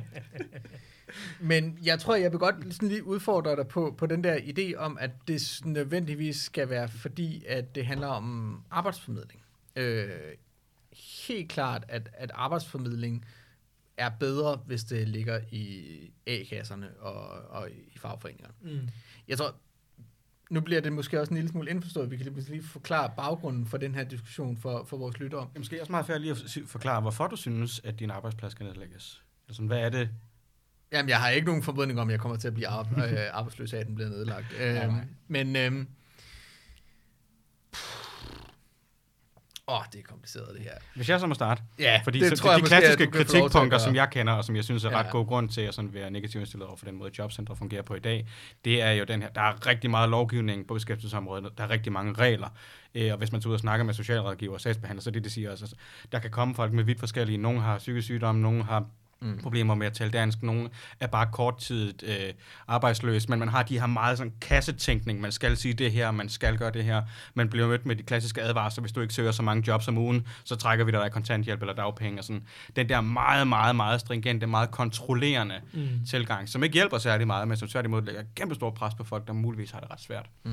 B: men jeg tror, jeg vil godt sådan lige udfordre dig på, på den der idé om, at det nødvendigvis skal være, fordi at det handler om arbejdsformidling. Øh, helt klart, at, at arbejdsformidling er bedre, hvis det ligger i A-kasserne og, og i fagforeningerne. Mm. Jeg tror, nu bliver det måske også en lille smule indforstået. Vi kan lige, lige forklare baggrunden for den her diskussion for, for vores lyttere.
D: Måske er også meget fair lige at forklare, hvorfor du synes, at din arbejdsplads skal nedlægges. Altså, hvad er det?
B: Jamen, jeg har ikke nogen formodning om, at jeg kommer til at blive ar- arbejdsløs af, at den bliver nedlagt. øhm, men øhm, Åh, oh, det er kompliceret, det her.
D: Hvis jeg så må starte.
B: Ja,
D: fordi
B: det
D: så,
B: tror
D: de,
B: jeg
D: de
B: måske,
D: klassiske
B: at du kan få lov til at
D: kritikpunkter,
B: gøre.
D: som jeg kender, og som jeg synes er ret
B: Ja.
D: god grund til at sådan være negativt indstillet over for den måde, jobcentre fungerer på i dag, det er jo den her, der er rigtig meget lovgivning på beskæftigelsesområdet, der er rigtig mange regler, øh, og hvis man tager ud og snakker med socialrådgiver og sagsbehandler, så det, det siger også, altså, der kan komme folk med vidt forskellige, nogle har psykisk sygdom, nogle har Mm. problemer med at tale dansk, nogle er bare korttidigt øh, arbejdsløs, men man har de her meget sådan kassetænkning, man skal sige det her, man skal gøre det her, man bliver mødt med de klassiske advarsler, hvis du ikke søger så mange jobs om ugen, så trækker vi dig i kontanthjælp eller dagpenge, og sådan. Den der meget, meget, meget stringente, meget kontrollerende mm. tilgang, som ikke hjælper særlig meget, men som tværtimod lægger kæmpe stor pres på folk, der muligvis har det ret svært.
C: Mm.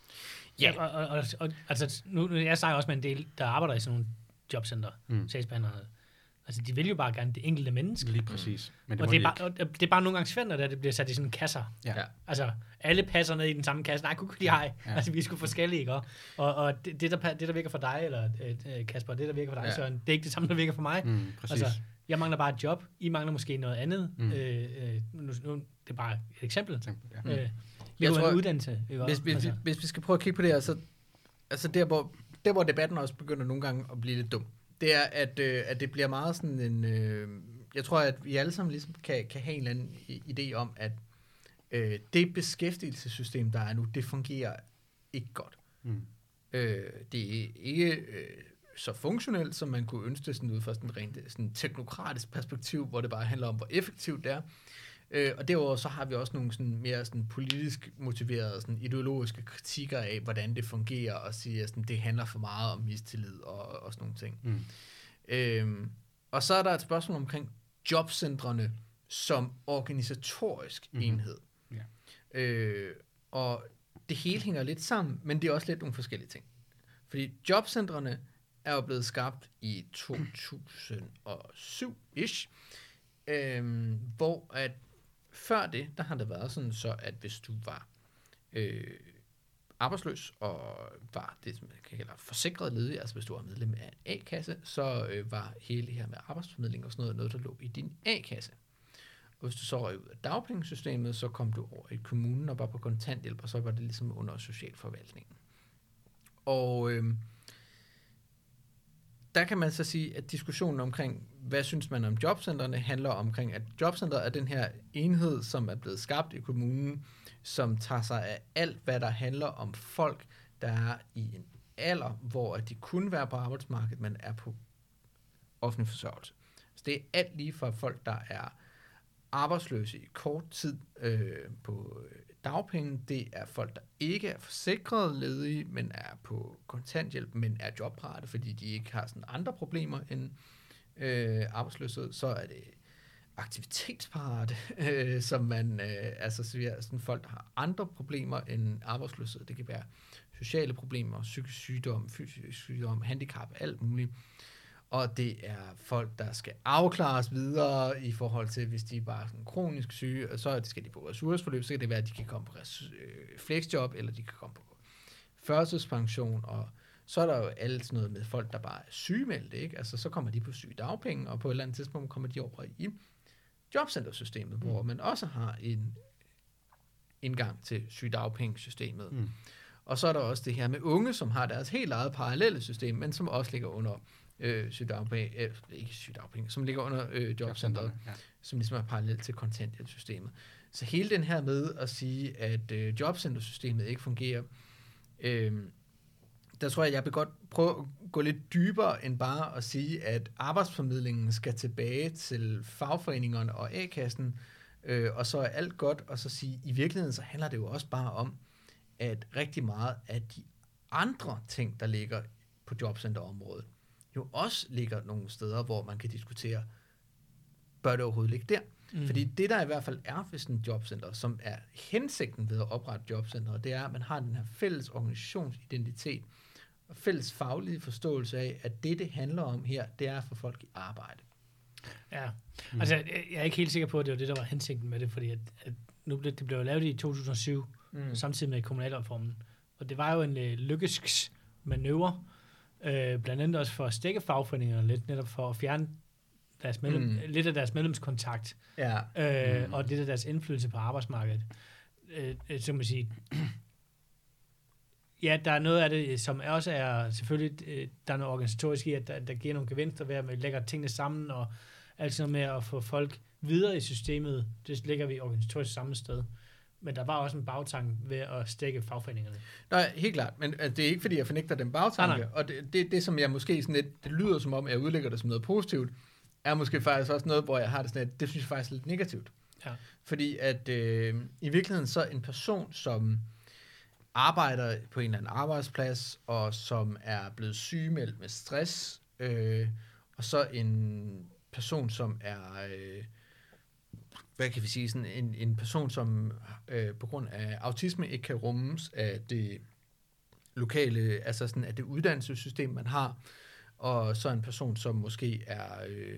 C: Ja, og, og, og, og altså, nu, jeg snakker også med en del, der arbejder i sådan nogle jobcenter, mm. sagsbehandlerne. Altså, de vil jo bare gerne det enkelte menneske.
D: Lige præcis. Men det
C: og,
D: må
C: det
D: de
C: er bare, og det er bare nogle gange svært, når det bliver sat i sådan kasser.
D: Ja.
C: Altså, alle passer ned i den samme kasse. Nej, kunne de ej. Ja. Altså, vi er sgu forskellige, ikke? Og, og det, det, der, det, der virker for dig, eller øh, Kasper, det, der virker for dig, ja. Søren, det er ikke det samme, der virker for mig.
D: Mm, præcis.
C: Altså, jeg mangler bare et job. I mangler måske noget andet. Mm. Øh, øh, nu, nu, det er bare et eksempel. Ja. Øh, vi har en uddannelse. Ikke?
B: Hvis, hvis, altså. hvis vi skal prøve at kigge på det her, så altså der, hvor, der, hvor debatten også begynder nogle gange at blive lidt dum, det er, at, øh, at det bliver meget sådan en... Øh, jeg tror, at vi alle sammen ligesom kan, kan have en eller anden idé om, at øh, det beskæftigelsessystem, der er nu, det fungerer ikke godt. Mm. Øh, det er ikke øh, så funktionelt, som man kunne ønske det sådan ud fra sådan rent sådan teknokratisk perspektiv, hvor det bare handler om, hvor effektivt det er. Øh, og derudover så har vi også nogle sådan mere sådan politisk motiverede, sådan ideologiske kritikker af, hvordan det fungerer, og siger, at sådan, det handler for meget om mistillid og, og sådan nogle ting. Mm. Øhm, og så er der et spørgsmål omkring jobcentrene som organisatorisk mm-hmm. enhed. Yeah. Øh, og det hele hænger lidt sammen, men det er også lidt nogle forskellige ting. Fordi jobcentrene er jo blevet skabt i to tusind og syv-ish, øhm, hvor at før det, der har det været sådan så, at hvis du var øh, arbejdsløs og var det, som man kan kalde forsikret ledig, altså hvis du var medlem af en A-kasse, så øh, var hele det her med arbejdsformidling og sådan noget, noget, der lå i din A-kasse. Og hvis du så røg ud af dagpengesystemet, så kom du over i kommunen og var på kontanthjælp, og så var det ligesom under socialforvaltningen. Og øh, der kan man så sige, at diskussionen omkring, hvad synes man om jobcentrene, handler omkring, at jobcentret er den her enhed, som er blevet skabt i kommunen, som tager sig af alt, hvad der handler om folk, der er i en alder, hvor de kunne være på arbejdsmarkedet, men er på offentlig forsørgelse. Så det er alt lige fra folk, der er arbejdsløse i kort tid øh, på dagpenge. Det er folk, der ikke er forsikret ledige, men er på kontanthjælp, men er jobparate, fordi de ikke har sådan andre problemer end øh, arbejdsløshed. Så er det aktivitetsparate, øh, som man, øh, altså sådan folk, der har andre problemer end arbejdsløshed. Det kan være sociale problemer, psykisk sygdom, fysisk sygdom, handicap, alt muligt. Og det er folk, der skal afklares videre i forhold til, hvis de er bare sådan kronisk syge, og så skal de på ressourceforløb, så kan det være, at de kan komme på res- øh, flexjob, eller de kan komme på førtidspension, og så er der jo alt sådan noget med folk, der bare er sygemeldte, ikke? Altså så kommer de på sygedagpenge, og på et eller andet tidspunkt kommer de over i jobcentersystemet, mm. hvor man også har en indgang til sygedagpengesystemet. Mm. Og så er der også det her med unge, som har deres helt eget parallelle system, men som også ligger under øh, sygedagpenge, øh, ikke sygedagpenge, som ligger under øh, jobcenteret, ja. Som ligesom er parallelt til kontanthjælpssystemet. Så hele den her med at sige, at øh, jobcentersystemet ikke fungerer, øh, der tror jeg, jeg vil godt prøve at gå lidt dybere end bare at sige, at arbejdsformidlingen skal tilbage til fagforeningerne og A-kassen, øh, og så er alt godt, og så sige, i virkeligheden så handler det jo også bare om, at rigtig meget af de andre ting, der ligger på jobcenterområdet, jo også ligger nogle steder, hvor man kan diskutere, bør det overhovedet ligge der? Mm. Fordi det, der i hvert fald er ved sådan et jobcenter, som er hensigten ved at oprette jobcenter, det er, at man har den her fælles organisationsidentitet og fælles faglige forståelse af, at det, det handler om her, det er for folk i arbejde.
C: Ja, mm. altså jeg er ikke helt sikker på, at det var det, der var hensigten med det, fordi at, at nu blev, det blev lavet i to tusind og syv, mm. samtidig med kommunalreformen. Og det var jo en øh, lykkes manøvre, øh, blandt andet også for at stikke fagforeningerne lidt, netop for at fjerne deres medlem, mm. lidt af deres medlemskontakt,
B: ja.
C: øh, mm. og lidt af deres indflydelse på arbejdsmarkedet. Øh, så kan man sige, Ja, der er noget af det, som også er selvfølgelig, øh, der er noget organisatorisk i, at der, der giver nogle gevinster ved, at man lægger tingene sammen, og alt sådan noget med at få folk videre i systemet, det lægger vi organisatorisk samme sted. Men der var også en bagtanke ved at stække fagforeningerne.
B: Nej, helt klart, men det er ikke, fordi jeg fornægter den bagtanke,
C: nej, nej.
B: og det, det, det, som jeg måske sådan lidt, det lyder som om, jeg udlægger det som noget positivt, er måske faktisk også noget, hvor jeg har det sådan, at det synes jeg faktisk er lidt negativt.
C: Ja.
B: Fordi at øh, i virkeligheden så en person, som arbejder på en eller anden arbejdsplads, og som er blevet sygemeldt med stress, øh, og så en person, som er, øh, hvad kan vi sige, sådan en, en person, som øh, på grund af autisme ikke kan rummes af det lokale, altså sådan af det uddannelsessystem, man har, og så en person, som måske er, øh,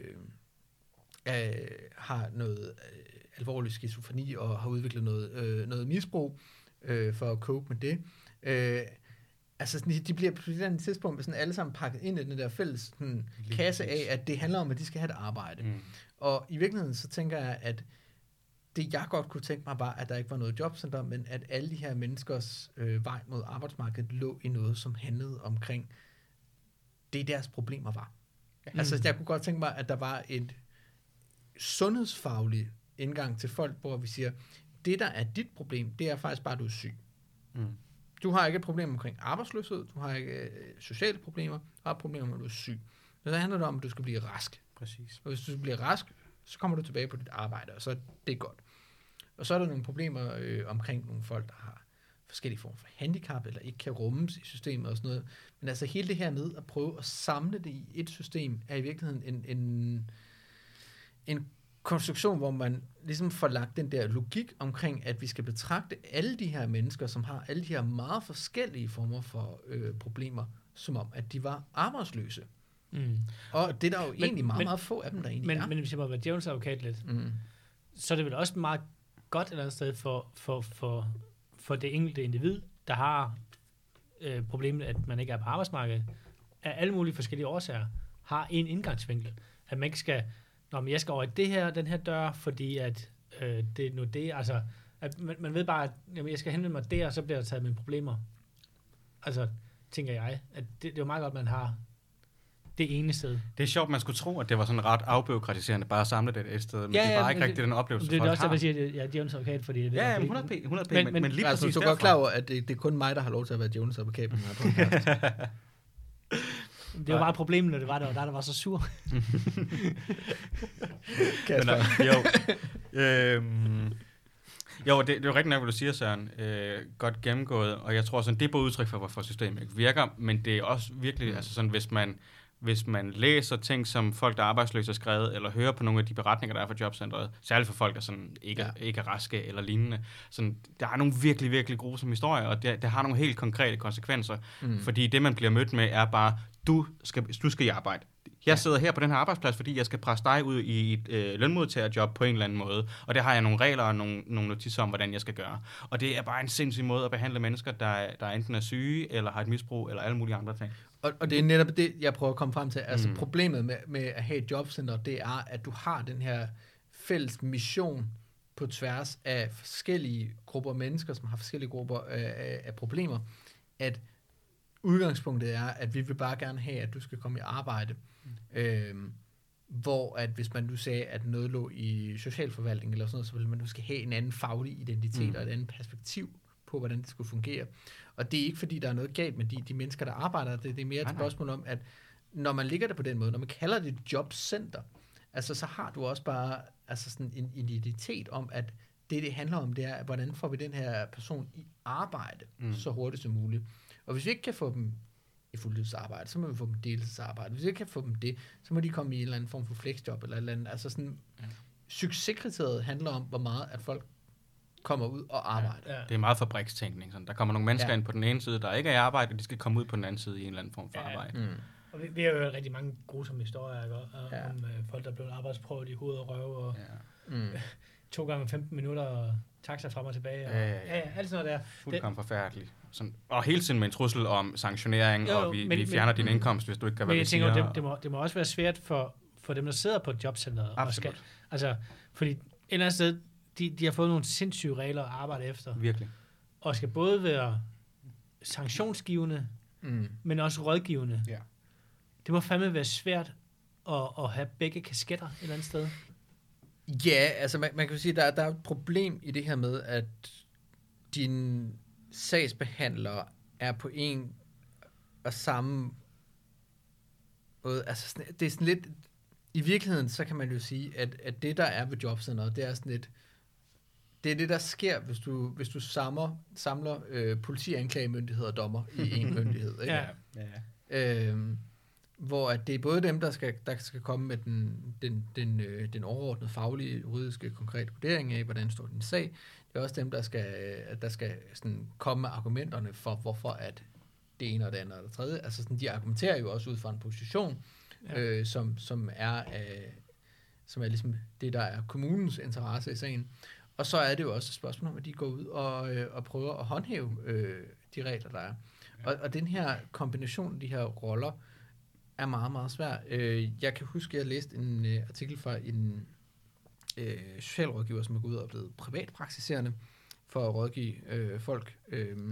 B: er har noget øh, alvorlig skizofreni og har udviklet noget, øh, noget misbrug øh, for at cope med det. Øh, altså sådan, de bliver på et eller andet tidspunkt sådan alle sammen pakket ind i den der fælles sådan, kasse af, at det handler om, at de skal have et arbejde. Mm. Og i virkeligheden så tænker jeg, at det jeg godt kunne tænke mig var, at der ikke var noget jobcenter, men at alle de her menneskers øh, vej mod arbejdsmarkedet lå i noget, som handlede omkring det deres problemer var. Mm. Altså jeg kunne godt tænke mig, at der var et sundhedsfaglig indgang til folk, hvor vi siger, det der er dit problem, det er faktisk bare, at du er syg. Mm. Du har ikke et problem omkring arbejdsløshed, du har ikke øh, sociale problemer, du har et problem, når du er syg. Så der handler det om, at du skal blive rask.
D: Præcis.
B: Og hvis du bliver rask, så kommer du tilbage på dit arbejde, og så det er godt. Og så er der nogle problemer øh, omkring nogle folk, der har forskellige former for handicap, eller ikke kan rummes i systemet og sådan noget. Men altså hele det her med at prøve at samle det i et system, er i virkeligheden en, en, en konstruktion, hvor man ligesom får lagt den der logik omkring, at vi skal betragte alle de her mennesker, som har alle de her meget forskellige former for øh, problemer, som om, at de var arbejdsløse. Mm. Og det er der jo men, egentlig meget, men, meget få af dem, der egentlig
C: men,
B: er.
C: Men hvis jeg må være djævelens advokat lidt, mm. så er det vel også meget godt et eller andet sted for, for, for, for det enkelte individ, der har øh, problemet, at man ikke er på arbejdsmarkedet, af alle mulige forskellige årsager, har en indgangsvinkel. At man ikke skal, når man jeg skal over i det her, den her dør, fordi at øh, det er nu det, altså, at man, man ved bare, at jamen, jeg skal henvende mig der, og så bliver der taget mine problemer. Altså, tænker jeg, at det, det er jo meget godt, man har det ene sted.
D: Det er sjovt, man skulle tro, at det var sådan ret afbureaukratiserende, bare at samle det et sted, men
C: ja,
D: det er bare
C: ja,
D: ikke rigtig den oplevelse,
C: det,
D: folk har.
C: Det er også derfor, jeg siger, at jeg er Jones advokat, fordi det er
D: ja, ja, hundrede p, hundrede p,
B: men,
D: men,
B: men,
D: men lige
B: altså,
D: præcis
B: du er godt klar over, at det, det er kun mig, der har lov til at være Jones advokat.
C: Det var bare et problem, når det var der, og der, der var så sur.
B: Kasper.
D: Men, jo, øhm, jo det, det er jo rigtigt nok, hvad du siger, Søren. Øh, godt gennemgået, og jeg tror sådan, det er både udtryk for, hvorfor systemet ikke virker, men det er også virkelig, mm. altså sådan, hvis man hvis man læser ting, som folk, der er arbejdsløse, har skrevet, eller hører på nogle af de beretninger, der er fra jobcentret, særligt for folk, der sådan ikke, ja. ikke er raske eller lignende, sådan, der er nogle virkelig, virkelig grusomme historier, og det, det har nogle helt konkrete konsekvenser, mm. fordi det, man bliver mødt med, er bare, du skal, du skal i arbejde. Jeg ja. sidder her på den her arbejdsplads, fordi jeg skal presse dig ud i et øh, lønmodtagerjob på en eller anden måde, og det har jeg nogle regler og nogle, nogle notiser om, hvordan jeg skal gøre. Og det er bare en sindssyg måde at behandle mennesker, der, der enten er syge, eller har et misbrug, eller alle mulige andre ting.
B: Og, og det er netop det, jeg prøver at komme frem til. Altså mm. problemet med, med at have et jobcenter, det er, at du har den her fælles mission på tværs af forskellige grupper mennesker, som har forskellige grupper af, af problemer, at udgangspunktet er, at vi vil bare gerne have, at du skal komme i arbejde. Mm. Øhm, hvor at hvis man nu sagde, at noget lå i socialforvaltning eller sådan noget, så ville man nu skal have en anden faglig identitet mm. og et andet perspektiv på, hvordan det skulle fungere. Og det er ikke, fordi der er noget galt med de, de mennesker, der arbejder. Det, det er mere et spørgsmål om, at når man ligger det på den måde, når man kalder det et jobcenter, altså så har du også bare altså sådan en identitet om, at det, det handler om, det er, hvordan får vi den her person i arbejde mm. så hurtigt som muligt. Og hvis vi ikke kan få dem i fuldtidsarbejde, så må vi få dem deltidsarbejde. Hvis vi ikke kan få dem det, så må de komme i en eller anden form for flexjob eller et eller andet. Altså sådan, ja. Succeskriteriet handler om, hvor meget at folk kommer ud og arbejder.
D: Ja, ja. Det er meget fabrikstænkning. Sådan. Der kommer nogle mennesker ja. ind på den ene side, der ikke er i arbejde, og de skal komme ud på den anden side i en eller anden form for ja. arbejde. Mm.
C: Og vi, vi har jo rigtig mange grusomme historier, ikke? Og, ja. om øh, folk, der er blevet arbejdsprøvet i hoved og røv, og ja. mm. to gange femten minutter, og taxa frem og tilbage, og ja, ja, ja. Ja, ja, alt sådan noget der.
D: Fuldkommen forfærdeligt. Sådan, og hele tiden med en trussel om sanktionering, jo, og vi, men, vi fjerner men, din indkomst, hvis du ikke kan, hvad vi siger. Men jeg tænker,
C: det, det, må, det må også være svært for, for dem, der sidder på jobcenteret.
D: Absolut.
C: Og skal, altså, fordi et eller andet sted, de, de har fået nogle sindssyge regler at arbejde efter.
D: Virkelig.
C: Og skal både være sanktionsgivende,
B: Mm.
C: men også rådgivende.
D: Ja.
C: Det må fandme være svært at, at have begge kasketter et eller andet sted.
B: Ja, altså man, man kan jo sige, at der, der er et problem i det her med, at din sagsbehandler er på en og samme måde. Altså sådan, det er sådan lidt, i virkeligheden, så kan man jo sige, at, at det, der er ved jobcenteret, det er sådan lidt, det er det, der sker, hvis du, hvis du samler, samler øh, politi, anklagemyndighed og dommer i en myndighed. Ikke?
C: Ja.
D: Ja.
B: Øhm, hvor at det er både dem, der skal, der skal komme med den, den, den, øh, den overordnede faglige, juridiske, konkrete vurdering af, hvordan står din sag. Det er også dem, der skal, der skal sådan komme med argumenterne for, hvorfor at det ene og det andet og det tredje. Altså sådan, de argumenterer jo også ud fra en position, ja. øh, som, som, er, øh, som er ligesom det, der er kommunens interesse i sagen. Og så er det jo også et spørgsmål om, at de går ud og, øh, og prøver at håndhæve øh, de regler, der er. Ja. Og, og den her kombination af de her roller er meget, meget svær. Øh, jeg kan huske, at jeg læste en øh, artikel fra en øh, socialrådgiver, som er gået ud og er blevet privatpraktiserende for at rådgive øh, folk øh,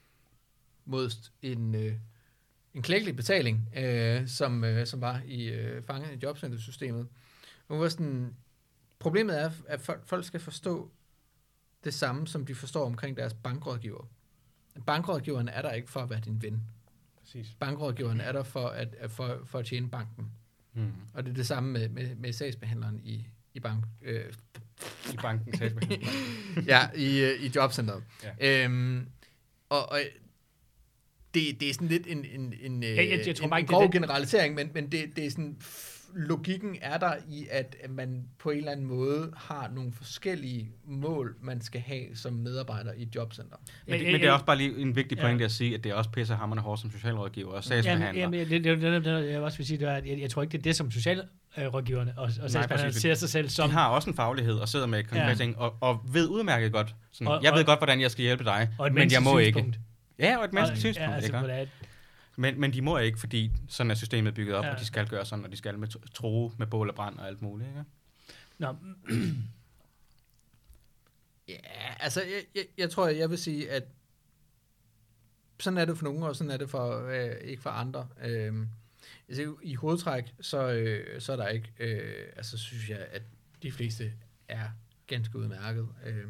B: mod en, øh, en klækkelig betaling, øh, som, øh, som var i øh, fanget i jobcentersystemet. Og var sådan, problemet er, at folk, folk skal forstå det samme, som de forstår omkring deres bankrådgiver. Bankrådgiveren er der ikke for at være din ven.
D: Præcis.
B: Bankrådgiveren er der for at, for, for at tjene banken.
D: Mm.
B: Og det er det samme med, med, med sagsbehandleren i, i bank. Øh,
D: I banken, sagsbehandleren.
B: ja, i, øh, i jobcenteret.
D: Ja.
B: Øhm, og og det, det er sådan lidt en, en, en,
C: jeg, jeg, jeg tror
B: en,
C: bare
B: en
C: ikke,
B: grov
C: det,
B: generalisering, men, men det, det er sådan, logikken er der i, at man på en eller anden måde har nogle forskellige mål, man skal have som medarbejder i et jobcenter.
D: Men, men, det, men det er også bare lige en vigtig pointe ja. at sige, at det er også pisser hammerende hårdt som socialrådgiver og sagsbehandler.
C: Jamen, jamen det, det, det, det, jeg også vil sige, det er, at jeg, jeg tror ikke, det er det, som socialrådgiverne og, og sagsbehandlerne ser sig selv som.
D: De har også en faglighed og sidder med konkrete ja. ting, og, og ved udmærket godt, sådan, og, jeg ved og, godt, hvordan jeg skal hjælpe dig, men jeg må ikke. Ja, og et menneskeligt synspunkt,
C: ja, altså,
D: ikke? Men, men de må ikke, fordi sådan er systemet bygget op, ja. og de skal gøre sådan, og de skal med true med bål og brand og alt muligt, ikke?
C: Nå.
B: Ja, altså, jeg, jeg, jeg tror, jeg vil sige, at sådan er det for nogen, og sådan er det for, øh, ikke for andre. Øh, altså, i hovedtræk, så, øh, så er der ikke, øh, altså, synes jeg, at de fleste er ganske udmærket. Øh,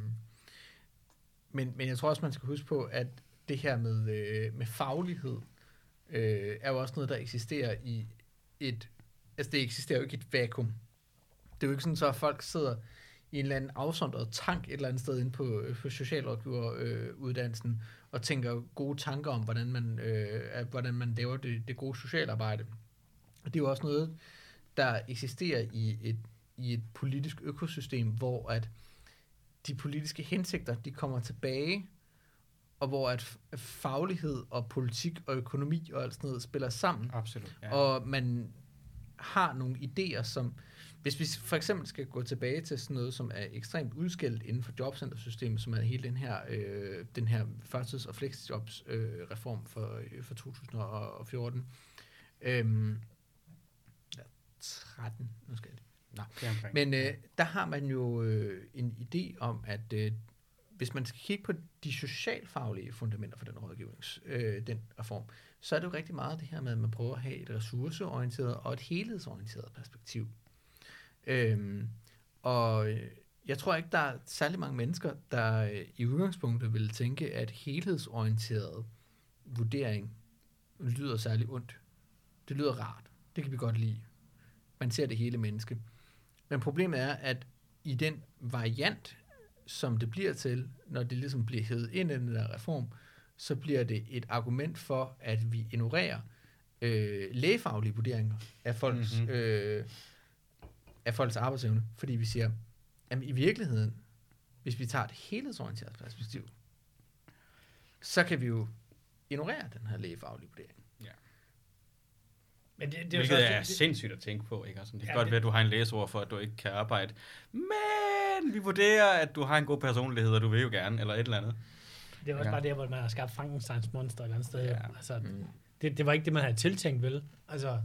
B: men, men jeg tror også, man skal huske på, at det her med, øh, med faglighed, Øh, er jo også noget, der eksisterer i et... Altså, det eksisterer jo ikke i et vakuum. Det er jo ikke sådan, så at folk sidder i en eller anden afsondret tank et eller andet sted inde på, på socialrådgiveruddannelsen øh, og tænker gode tanker om, hvordan man, øh, hvordan man laver det, det gode socialarbejde. Og det er jo også noget, der eksisterer i et, i et politisk økosystem, hvor at de politiske hensigter, de kommer tilbage, og hvor at faglighed og politik og økonomi og alt sådan noget spiller sammen.
D: Absolut. Ja.
B: Og man har nogle idéer, som, hvis vi for eksempel skal gå tilbage til sådan noget, som er ekstremt udskilt inden for jobcentersystemet, som er hele den her, øh, den her førtids- og flexjobs øh, reform for, øh, for to tusind og fjorten. Øhm, ja, tretten, nu skal jeg Nå. Men øh, der har man jo øh, en idé om, at øh, hvis man skal kigge på de socialfaglige fundamenter for den rådgivnings, øh, den reform, så er det jo rigtig meget det her med, at man prøver at have et ressourceorienteret og et helhedsorienteret perspektiv. Øhm, og jeg tror ikke, der er særlig mange mennesker, der øh, i udgangspunktet vil tænke, at helhedsorienteret vurdering lyder særlig ondt. Det lyder rart. Det kan vi godt lide. Man ser det hele menneske. Men problemet er, at i den variant, som det bliver til, når det ligesom bliver hævet ind i den der reform, så bliver det et argument for, at vi ignorerer øh, lægefaglige vurderinger af folks, mm-hmm. øh, af folks arbejdsevne. Fordi vi siger, at i virkeligheden, hvis vi tager et helhedsorienteret perspektiv, så kan vi jo ignorere den her lægefaglige vurdering.
D: Ja.
C: Men det, det
D: er Hvilket er det, sindssygt at tænke på, ikke? Altså, det kan ja, godt det, være, at du har en læseord for, at du ikke kan arbejde, men vi vurderer, at du har en god personlighed, og du vil jo gerne, eller et eller andet.
C: Det er også ja. bare der, hvor man har skabt Frankensteins monster et eller andet sted.
D: Ja.
C: Altså, mm. det, det var ikke det, man havde tiltænkt, vel? Altså,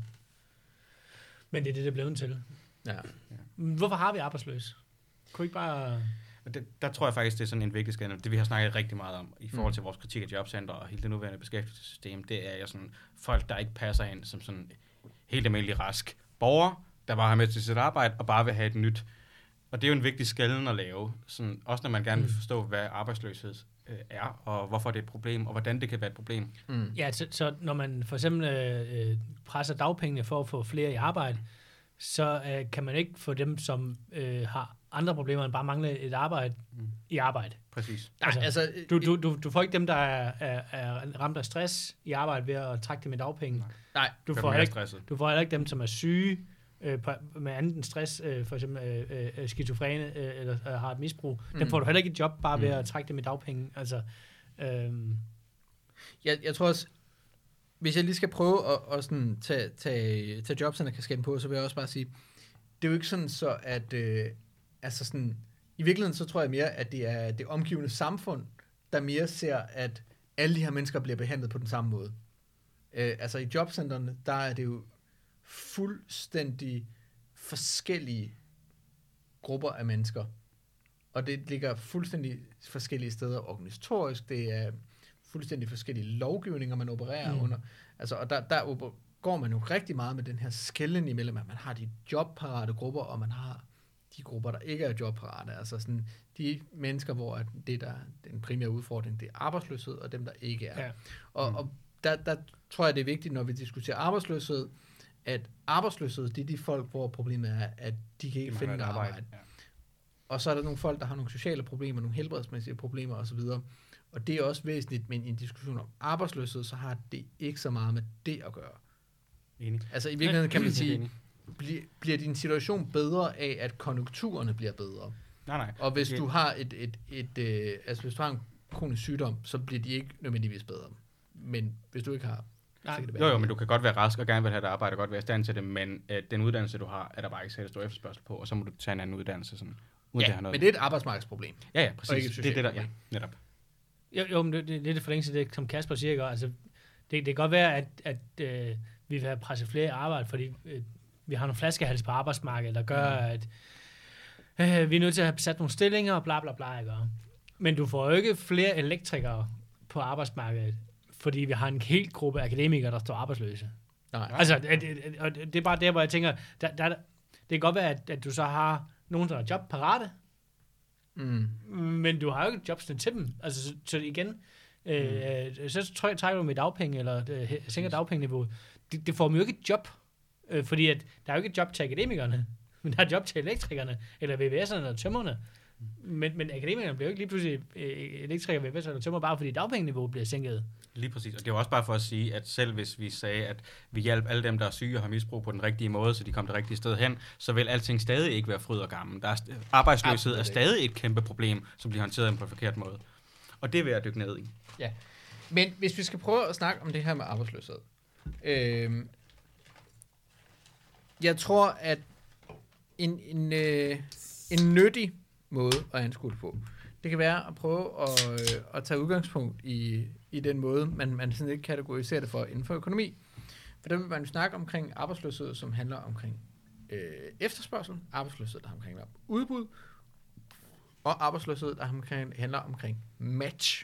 C: men det er det, det blev til.
B: Ja.
C: Hvorfor har vi arbejdsløse? Kunne ikke bare...
D: Og det, der tror jeg faktisk, det er sådan en vigtig skændende. Det vi har snakket rigtig meget om i forhold til vores kritik af jobcenter og hele det nuværende beskæftigelsessystem, det er jo sådan folk, der ikke passer ind som sådan helt almindelig rask borger, der bare har med til sit arbejde og bare vil have et nyt. Og det er jo en vigtig skelnen at lave, sådan, også når man gerne vil forstå, hvad arbejdsløshed øh, er, og hvorfor det er et problem, og hvordan det kan være et problem.
C: Mm. Ja, så, så når man for eksempel øh, presser dagpengene for at få flere i arbejde, så øh, kan man ikke få dem, som øh, har andre problemer end bare mangle et arbejde, mm. i arbejde.
D: Præcis.
B: Nej, altså, altså,
C: du, du, du, du får ikke dem, der er, er, er ramt af stress i arbejde ved at trække dem i dagpenge.
B: Nej,
C: du får, ikke, du får heller ikke dem, som er syge øh, på, med andet end stress, øh, for eksempel øh, øh, skizofrene øh, eller øh, har et misbrug. Mm. Dem får du heller ikke et job bare mm. ved at trække dem i dagpenge. Altså, øh,
B: jeg, jeg tror også, hvis jeg lige skal prøve at, at sådan tage, tage, tage jobcenterkasketten på, så vil jeg også bare sige, det er jo ikke sådan så, at øh, altså sådan, i virkeligheden så tror jeg mere, at det er det omgivende samfund, der mere ser, at alle de her mennesker bliver behandlet på den samme måde. Øh, altså i jobcentrene, der er det jo fuldstændig forskellige grupper af mennesker. Og det ligger fuldstændig forskellige steder organisatorisk. Det er fuldstændig forskellige lovgivninger, man opererer mm. under. Altså, og der, der går man jo rigtig meget med den her skelnen imellem, at man har de jobparate grupper, og man har de grupper, der ikke er jobparate. Altså sådan de mennesker, hvor det, der den primære udfordring, det er arbejdsløshed, og dem, der ikke er. Ja. Og, mm. og der, der tror jeg, det er vigtigt, når vi diskuterer arbejdsløshed, at arbejdsløshed, det er de folk, hvor problemet er, at de kan ikke de finde et arbejde. arbejde. Ja. Og så er der nogle folk, der har nogle sociale problemer, nogle helbredsmæssige problemer osv. Og det er også væsentligt, men i en diskussion om arbejdsløshed, så har det ikke så meget med det at gøre.
D: Enig.
B: Altså i virkeligheden kan man sige, bliver, bliver din situation bedre af, at konjunkturerne bliver bedre?
D: Nej, nej.
B: Og hvis du har et, et, et, et øh, altså hvis du har en kronisk sygdom, så bliver de ikke nødvendigvis bedre. Men hvis du ikke har...
D: Nej. Jo, jo, men du kan godt være rask og gerne vil have et arbejde og godt være i stand til det, men øh, den uddannelse, du har, er der bare ikke særlig stor efterspørgsel på, og så må du tage en anden uddannelse. Sådan, uden
B: ja,
D: det her noget.
B: Men det er et arbejdsmarkedsproblem.
D: Ja, ja, præcis. Det er det der, ja, netop.
C: Jo, jo men det, det, det er det forlængelse, det som Kasper siger, ikke? Altså, det, det kan godt være, at, at øh, vi vil have presset flere i arbejde, fordi øh, vi har nogle flaskehals på arbejdsmarkedet, der gør, mm. at øh, vi er nødt til at have sat nogle stillinger og bla bla bla, ikke? Men du får jo ikke flere elektrikere på arbejdsmarkedet, fordi vi har en hel gruppe akademikere, der står arbejdsløse. Nej. Altså, det, det, og det er bare der, hvor jeg tænker, der, der, det kan godt være, at, at du så har nogen, der er jobparate, mm. men du har jo ikke jobs til dem. Altså, så, så igen, mm. øh, så tror jeg, trækker du med dagpenge, eller øh, sænker dagpengeniveauet. Det, det får dem jo ikke et job, øh, fordi at, der er jo ikke et job til akademikerne, men der er et job til elektrikerne, eller V V S'erne, eller tømmerne. Men, men akademikerne bliver jo ikke lige pludselig øh, elektrikere, V V S'erne eller tømmer, bare fordi dagpengeniveauet bliver sænket.
D: Lige præcis, og det er også bare for at sige, at selv hvis vi sagde, at vi hjælper alle dem, der er syge og har misbrug på den rigtige måde, så de kommer det rigtige sted hen, så vil alting stadig ikke være fryd og gammel. Der er st- arbejdsløshed er stadig et kæmpe problem, som bliver håndteret på en forkert måde. Og det vil jeg dykke ned i.
B: Ja, men hvis vi skal prøve at snakke om det her med arbejdsløshed. Øh, jeg tror, at en, en, øh, en nyttig måde at anskue det på, det kan være at prøve at, øh, at tage udgangspunkt i, i den måde, man, man sådan ikke kategoriserer det for inden for økonomi. For der vil man snakke omkring arbejdsløshed, som handler omkring øh, efterspørgsel, arbejdsløshed, der omkring udbud, og arbejdsløshed, der omkring, handler omkring match.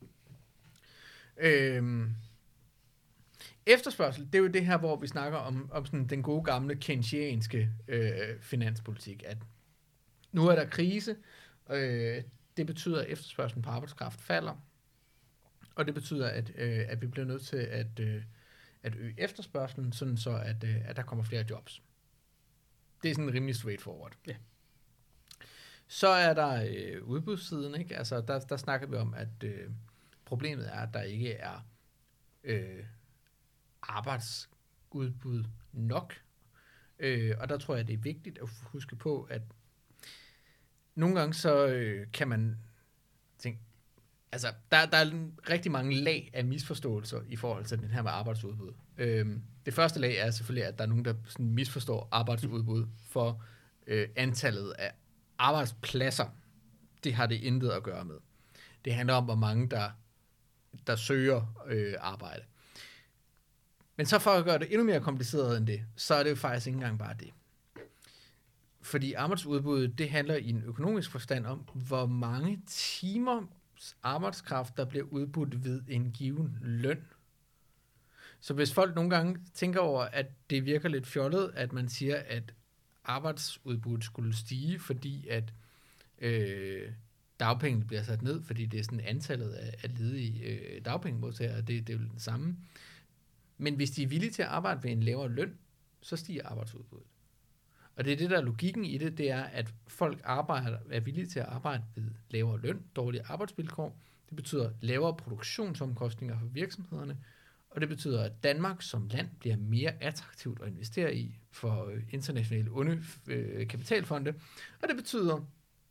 B: Øhm, efterspørgsel, det er jo det her, hvor vi snakker om, om sådan den gode gamle keynesianske øh, finanspolitik, at nu er der krise, øh, det betyder, at efterspørgselen på arbejdskraft falder, og det betyder, at, øh, at vi bliver nødt til at, øh, at øge efterspørgselen, sådan så at, øh, at der kommer flere jobs. Det er sådan rimelig straightforward.
D: Ja.
B: Så er der øh, udbudssiden, ikke? Altså, der, der snakker vi om, at øh, problemet er, at der ikke er øh, arbejdsudbud nok. Øh, og der tror jeg, det er vigtigt at huske på, at nogle gange så øh, kan man tænke, altså der, der er rigtig mange lag af misforståelser i forhold til den her med arbejdsudbud. Øh, det første lag er selvfølgelig, at der er nogen, der sådan misforstår arbejdsudbud for øh, antallet af arbejdspladser. Det har det intet at gøre med. Det handler om, hvor mange der, der søger øh, arbejde. Men så for at gøre det endnu mere kompliceret end det, så er det jo faktisk ikke engang bare det. fordi arbejdsudbuddet, det handler i en økonomisk forstand om, hvor mange timer arbejdskraft, der bliver udbudt ved en given løn. Så hvis folk nogle gange tænker over, at det virker lidt fjollet, at man siger, at arbejdsudbuddet skulle stige, fordi at øh, dagpengene bliver sat ned, fordi det er sådan antallet af, af ledige øh, dagpengemodtagere, det, det er jo det samme. Men hvis de er villige til at arbejde ved en lavere løn, så stiger arbejdsudbuddet. Og det er det, der er logikken i det, det er, at folk arbejder, er villige til at arbejde ved lavere løn, dårlige arbejdsvilkår. Det betyder lavere produktionsomkostninger for virksomhederne, og det betyder, at Danmark som land bliver mere attraktivt at investere i for internationale onde øh, kapitalfonde, og det betyder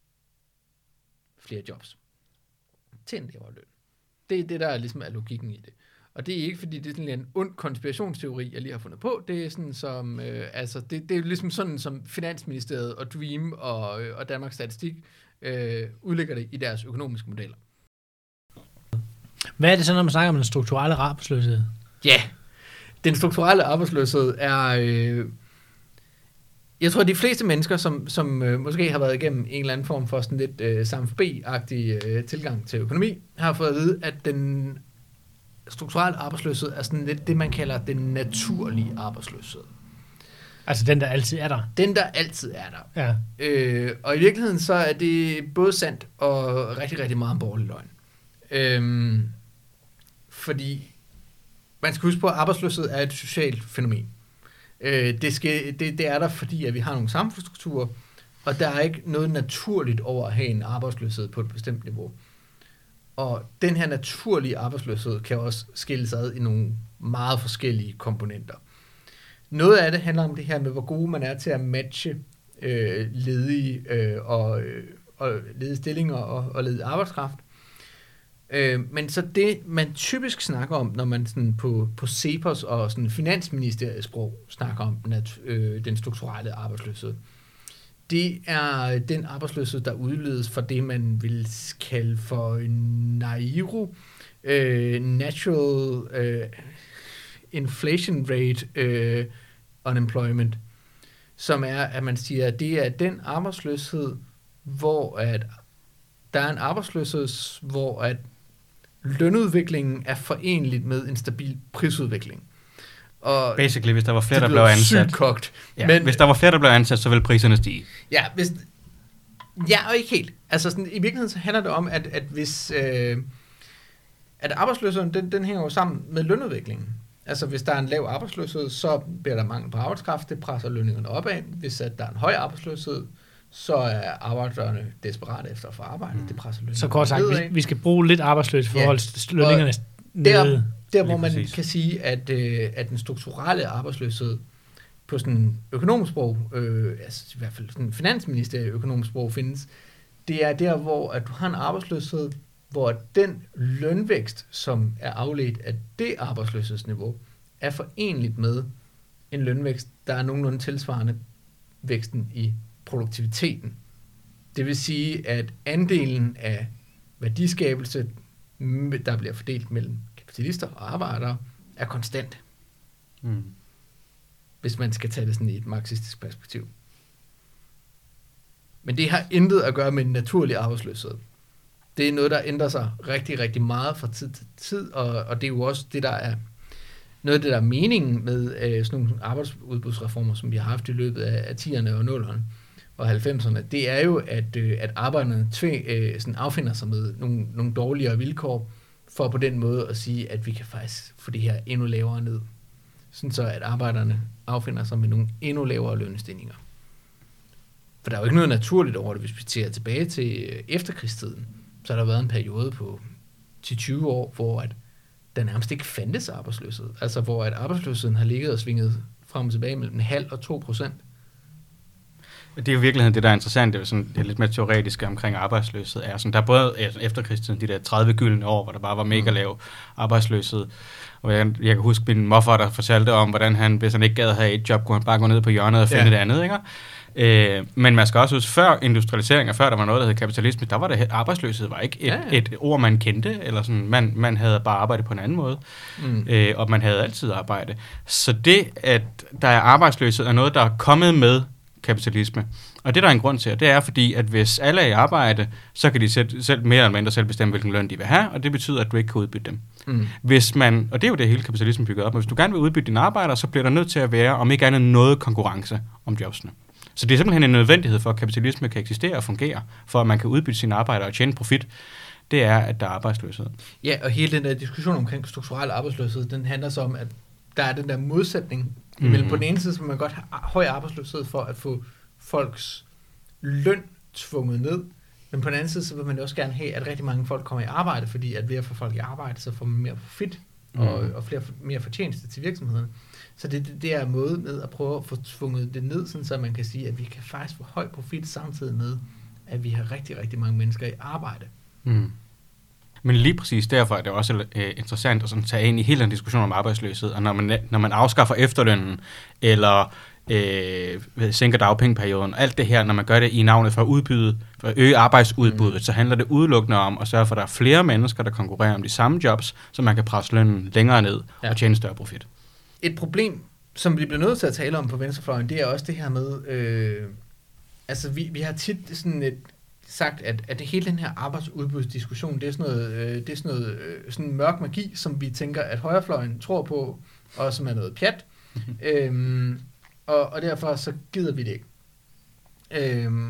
B: flere jobs til en lavere løn. Det er det, der ligesom er logikken i det. Og det er ikke, fordi det er sådan en ond konspirationsteori, jeg lige har fundet på. Det er sådan som, øh, altså, det, det er ligesom sådan, som Finansministeriet og Dream og, øh, og Danmarks Statistik øh, udlægger det i deres økonomiske modeller.
C: Hvad er det så, når man snakker om den strukturelle arbejdsløshed?
B: Ja, den strukturelle arbejdsløshed er... Øh, jeg tror, at de fleste mennesker, som, som øh, måske har været igennem en eller anden form for sådan lidt øh, samfundsbi-agtig øh, tilgang til økonomi, har fået at vide, at den strukturelle arbejdsløshed er sådan lidt det, man kalder den naturlige arbejdsløshed.
C: Altså den, der altid er der?
B: Den, der altid er der.
C: Ja.
B: Øh, og i virkeligheden så er det både sandt og rigtig, rigtig meget en borgerlig løgn. Øh, fordi man skal huske på, at arbejdsløshed er et socialt fænomen. Øh, det, skal, det, det er der, fordi at vi har nogle samfundsstrukturer, og der er ikke noget naturligt over at have en arbejdsløshed på et bestemt niveau. Og den her naturlige arbejdsløshed kan også skilles ad i nogle meget forskellige komponenter. Noget af det handler om det her med, hvor gode man er til at matche øh, ledige, øh, og, øh, og ledige stillinger og, og ledige arbejdskraft. Øh, men så det, man typisk snakker om, når man sådan på, på CEPOS og sådan Finansministeriets sprog snakker om den, øh, den strukturelle arbejdsløshed, det er den arbejdsløshed, der udledes fra det, man vil kalde for NAIRU, øh, Natural øh, Inflation Rate øh, Unemployment, som er, at man siger, at det er den arbejdsløshed, hvor at der er en arbejdsløshed, hvor at lønudviklingen er forenligt med en stabil prisudvikling. Og
D: basically, hvis der var flere, der blev ansat.
B: Kogt.
D: Ja,
B: men,
D: hvis der var flere, der blev ansat, så ville priserne stige.
B: Ja, hvis, ja og ikke helt. Altså sådan, i virkeligheden så handler det om, at, at hvis øh, at arbejdsløsheden, den, den hænger jo sammen med lønudviklingen. Altså hvis der er en lav arbejdsløshed, så bliver der mangel på arbejdskraft, det presser lønningerne opad. Hvis at der er en høj arbejdsløshed, så er arbejderne desperate efter at få arbejde, mm. det presser lønningerne.
C: Så kort sagt, vi, vi skal bruge lidt arbejdsløse for at holde ja. lønningerne
B: nede. Der, der hvor
D: Lige
B: man
D: præcis.
B: kan sige, at, øh, at den strukturelle arbejdsløshed på sådan økonomisk sprog, øh, altså i hvert fald sådan finansministeriet økonomisk sprog findes, det er der, hvor at du har en arbejdsløshed, hvor den lønvækst, som er afledt af det arbejdsløshedsniveau, er forenligt med en lønvækst, der er nogenlunde tilsvarende væksten i produktiviteten. Det vil sige, at andelen af værdiskabelse, der bliver fordelt mellem kapitalister og arbejdere, er konstant.
D: Mm.
B: Hvis man skal tage det sådan i et marxistisk perspektiv. Men det har intet at gøre med en naturlig arbejdsløshed. Det er noget, der ændrer sig rigtig, rigtig meget fra tid til tid, og, og det er jo også det, der er noget af det, der er meningen med øh, sådan nogle arbejdsudbudsreformer, som vi har haft i løbet af, af tierne og nullerne og halvfemserne. Det er jo, at, øh, at arbejderne tvæ, øh, sådan affinder sig med nogle, nogle dårligere vilkår, for på den måde at sige, at vi kan faktisk få det her endnu lavere ned. Sådan så, at arbejderne affinder sig med nogle endnu lavere lønstigninger. For der er jo ikke noget naturligt over det, hvis vi ser tilbage til efterkrigstiden. Så har der været en periode på ti til tyve år, hvor at der nærmest ikke fandtes arbejdsløshed. Altså hvor at arbejdsløsheden har ligget og svinget frem og tilbage mellem en halv og to procent.
D: Det er jo i virkeligheden det, der er interessant, det er, sådan, det er lidt mere teoretisk omkring arbejdsløshed. Er sådan, der er både altså efterkrigstiden, de der tredive gyldne år, hvor der bare var mega lav arbejdsløshed. Og jeg, jeg kan huske min morfar, der fortalte om, hvordan han, hvis han ikke gad at have et job, kunne han bare gå ned på hjørnet og finde ja. et andet, ikke? Øh, men man skal også huske, før industrialisering og før der var noget, der hed kapitalisme, der var det arbejdsløshed var ikke et, ja, ja. et ord, man kendte, eller sådan, man, man havde bare arbejdet på en anden måde, mm. øh, og man havde altid arbejde. Så det, at der er arbejdsløshed, er noget, der er kommet med kapitalisme. Og det der er en grund til, det er fordi, at hvis alle er i arbejde, så kan de selv, selv mere eller mindre selv bestemme, hvilken løn de vil have, og det betyder, at du ikke kan udbytte dem. Mm. Hvis man, og det er jo det hele kapitalismen bygget op, men hvis du gerne vil udbytte dine arbejdere, så bliver der nødt til at være, om ikke andet, noget konkurrence om jobsene. Så det er simpelthen en nødvendighed for, at kapitalisme kan eksistere og fungere, for at man kan udbytte sine arbejdere og tjene profit, det er, at der er arbejdsløshed.
B: Ja, og hele den der diskussion omkring strukturel arbejdsløshed, den handler så om, at der er den der modsætning. Mm. Mellem på den ene side, så man godt have høj arbejdsløshed for at få folks løn tvunget ned, men på den anden side, så vil man også gerne have, at rigtig mange folk kommer i arbejde, fordi at ved at få folk i arbejde, så får man mere profit mm. og, og flere, mere fortjeneste til virksomhederne. Så det, det, det er måde med at prøve at få tvunget det ned, sådan så man kan sige, at vi kan faktisk få høj profit samtidig med, at vi har rigtig, rigtig mange mennesker i arbejde.
D: Mm. Men lige præcis derfor er det også øh, interessant at sådan tage ind i hele den diskussion om arbejdsløshed, og når man, når man afskaffer efterlønnen, eller øh, sænker dagpengeperioden, alt det her, når man gør det i navnet for at udbyde, for at øge arbejdsudbuddet, mm. så handler det udelukkende om at sørge for, at der er flere mennesker, der konkurrerer om de samme jobs, så man kan presse lønnen længere ned ja. og tjene større profit.
B: Et problem, som vi bliver nødt til at tale om på venstrefløjen, det er også det her med, øh, altså vi, vi har tit sådan et, sagt, at, at det hele den her arbejdsudbudsdiskussion, det er sådan noget, øh, det er sådan noget øh, sådan mørk magi, som vi tænker, at højrefløjen tror på, og som er noget pjat. øhm, og, og derfor så gider vi det ikke. Øhm,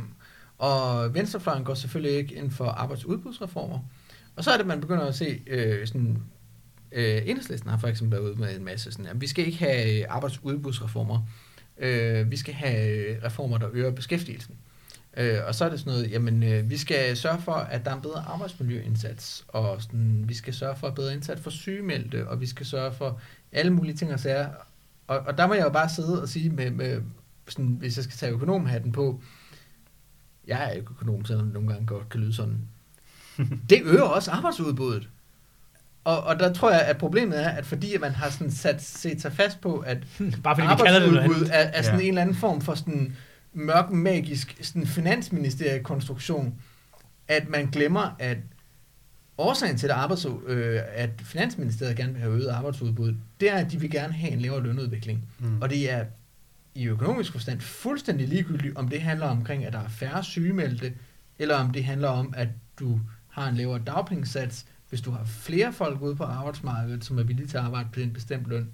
B: og venstrefløjen går selvfølgelig ikke ind for arbejdsudbudsreformer. Og så er det, man begynder at se øh, sådan... Øh, Enhedslisten har for eksempel været ude med en masse sådan, at vi skal ikke have arbejdsudbudsreformer. Øh, vi skal have reformer, der øger beskæftigelsen. Øh, og så er det sådan noget, jamen øh, vi skal sørge for, at der er en bedre arbejdsmiljøindsats, og sådan, vi skal sørge for en bedre indsats for sygemeldte, og vi skal sørge for alle mulige ting og sager. Og, og der må jeg jo bare sidde og sige, med, med sådan, hvis jeg skal tage økonomhatten på, jeg er ikke økonom, selvom det nogle gange godt kan lyde sådan. Det øger også arbejdsudbuddet. Og, og der tror jeg, at problemet er, at fordi at man har sådan sat, set sig fast på, at
C: bare fordi arbejdsudbud
B: er, er sådan
D: ja.
B: en eller anden form for sådan mørk, magisk sådan finansministeriekonstruktion, at man glemmer, at årsagen til, at, arbejds, øh, at Finansministeriet gerne vil have øget arbejdsudbud, det er, at de vil gerne have en lavere lønudvikling. Mm. Og det er i økonomisk forstand fuldstændig ligegyldigt, om det handler omkring, at der er færre sygemeldte, eller om det handler om, at du har en lavere dagpengesats. Hvis du har flere folk ude på arbejdsmarkedet, som er villige til at arbejde på en bestemt løn,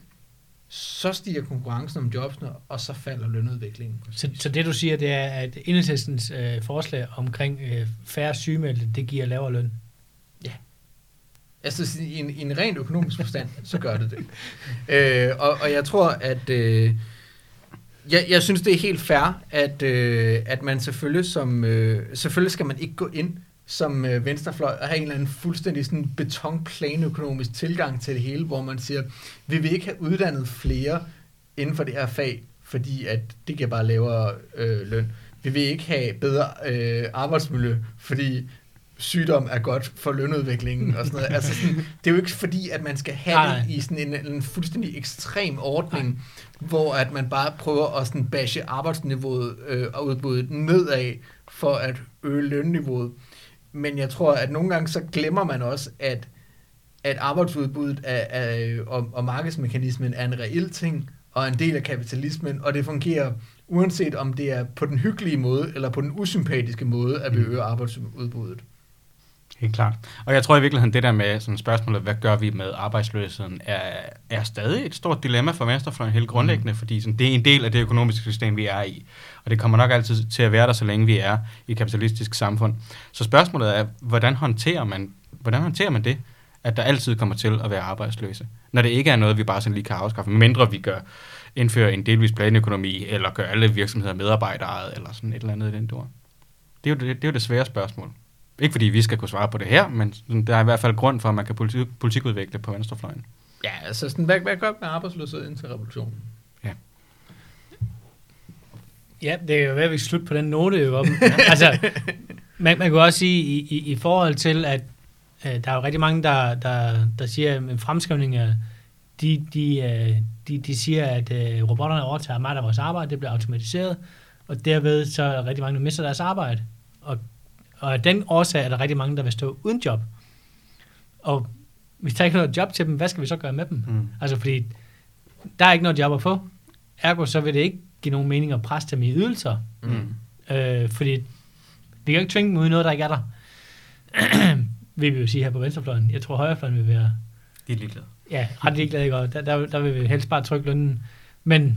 B: så stiger konkurrencen om jobsene, og så falder lønudviklingen.
C: Så, så det du siger, det er, at Enhedslistens øh, forslag omkring øh, færre sygemeldte, det giver lavere løn?
B: Ja. Altså i en, i en rent økonomisk forstand, så gør det det. Øh, og, og jeg tror, at øh, jeg, jeg synes, det er helt fair, at, øh, at man selvfølgelig som, øh, selvfølgelig skal man ikke gå ind som øh, venstrefløj og have en eller anden fuldstændig sådan betonplanøkonomisk tilgang til det hele, hvor man siger, vi vil ikke have uddannet flere inden for det her fag, fordi at det giver bare lavere øh, løn. Vi vil ikke have bedre øh, arbejdsmiljø, fordi sygdom er godt for lønudviklingen og sådan noget. Altså sådan, det er jo ikke fordi, at man skal have Nej. det i sådan en, en fuldstændig ekstrem ordning, Nej. hvor at man bare prøver at sådan bashe arbejdsniveauet øh, og udbuddet nedad for at øge lønniveauet. Men jeg tror, at nogle gange så glemmer man også, at, at arbejdsudbuddet er, er, og, og markedsmekanismen er en reel ting, og en del af kapitalismen, og det fungerer uanset om det er på den hyggelige måde, eller på den usympatiske måde, at vi øger arbejdsudbuddet.
D: Helt klart. Og jeg tror i virkeligheden, det der med sådan spørgsmålet, hvad gør vi med arbejdsløsheden, er, er stadig et stort dilemma for venstrefløjen helt grundlæggende, mm. fordi sådan, det er en del af det økonomiske system, vi er i. Og det kommer nok altid til at være der, så længe vi er i et kapitalistisk samfund. Så spørgsmålet er, hvordan håndterer man, hvordan håndterer man det, at der altid kommer til at være arbejdsløse, når det ikke er noget, vi bare sådan lige kan afskaffe, mindre vi gør, indfører en delvis planøkonomi, eller gør alle virksomheder medarbejderejet, eller sådan et eller andet i den dur. Det er jo det, det, er jo det svære spørgsmål. Ikke fordi vi skal kunne svare på det her, men der er i hvert fald grund for, at man kan politik, politikudvikle på venstrefløjen.
B: Ja, altså sådan, hvad, hvad gør med arbejdsløshed indtil revolutionen?
D: Ja.
C: Ja, det er jo ved, at vi skal slutte på den note. Jo. altså, man, man kan også sige, i, i, i forhold til, at øh, der er jo rigtig mange, der, der, der siger, at fremskrivninger, de, de, øh, de, de siger, at øh, robotterne overtager meget af vores arbejde, det bliver automatiseret, og derved så er der rigtig mange, der mister deres arbejde. Og Og af den årsag er der rigtig mange, der vil stå uden job. Og hvis der ikke er noget job til dem, hvad skal vi så gøre med dem? Mm. Altså fordi, der er ikke noget job at få. Ergo så vil det ikke give nogen mening at presse dem i ydelser. Mm. Øh, fordi vi kan jo ikke tvinge dem ud i noget, der ikke er der. vil vi jo sige her på venstrefløjen. Jeg tror, højrefløjen vil være...
D: De er ligeglade.
C: Ja, ret ligeglade, ikke? Og der, der, der vil vi helst bare trykke lønnen. Men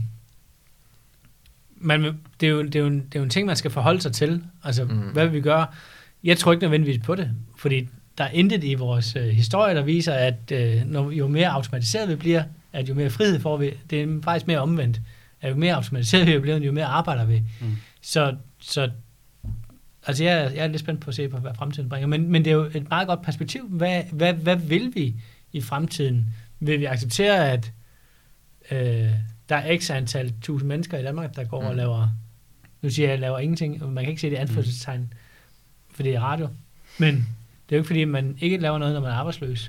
C: man, det, er jo, det, er jo en, det er jo en ting, man skal forholde sig til. Altså, mm. hvad vil vi gøre? Jeg tror ikke nødvendigvis på det, fordi der er intet i vores øh, historie, der viser, at øh, når, jo mere automatiseret vi bliver, at jo mere frihed får vi. Det er faktisk mere omvendt. At jo mere automatiseret vi bliver, jo mere arbejder vi. Mm. Så, så altså jeg, jeg er lidt spændt på at se på, hvad fremtiden bringer. Men, men det er jo et meget godt perspektiv. Hvad, hvad, hvad vil vi i fremtiden? Vil vi acceptere, at øh, der er x antal tusind mennesker i Danmark, der går mm. og laver, nu siger jeg, jeg laver ingenting, man kan ikke se det anførselstegn, mm. fordi det er radio. Men det er jo ikke, fordi man ikke laver noget, når man er arbejdsløs.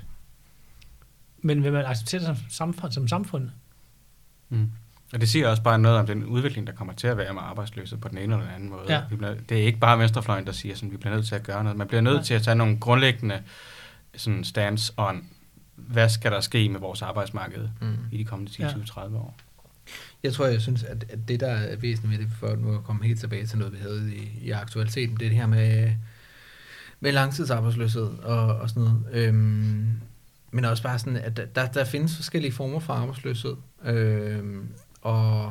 C: Men vil man acceptere det som samfund? Som samfund?
D: Mm. Og det siger også bare noget om den udvikling, der kommer til at være med arbejdsløse på den ene eller den anden måde.
C: Ja.
D: Vi bliver, det er ikke bare venstrefløjen, der siger, at vi bliver nødt til at gøre noget. Man bliver nødt Nej. til at tage nogle grundlæggende sådan stance on, hvad skal der ske med vores arbejdsmarked mm. i de kommende ti, tyve, tredive år.
B: Jeg tror, jeg synes, at, at det, der er væsentligt med det, for nu at komme helt tilbage til noget, vi havde i, i aktualiteten, det er det her med, med langtidsarbejdsløshed og, og sådan noget. Øhm, men også bare sådan, at der, der findes forskellige former for arbejdsløshed. Øhm, og,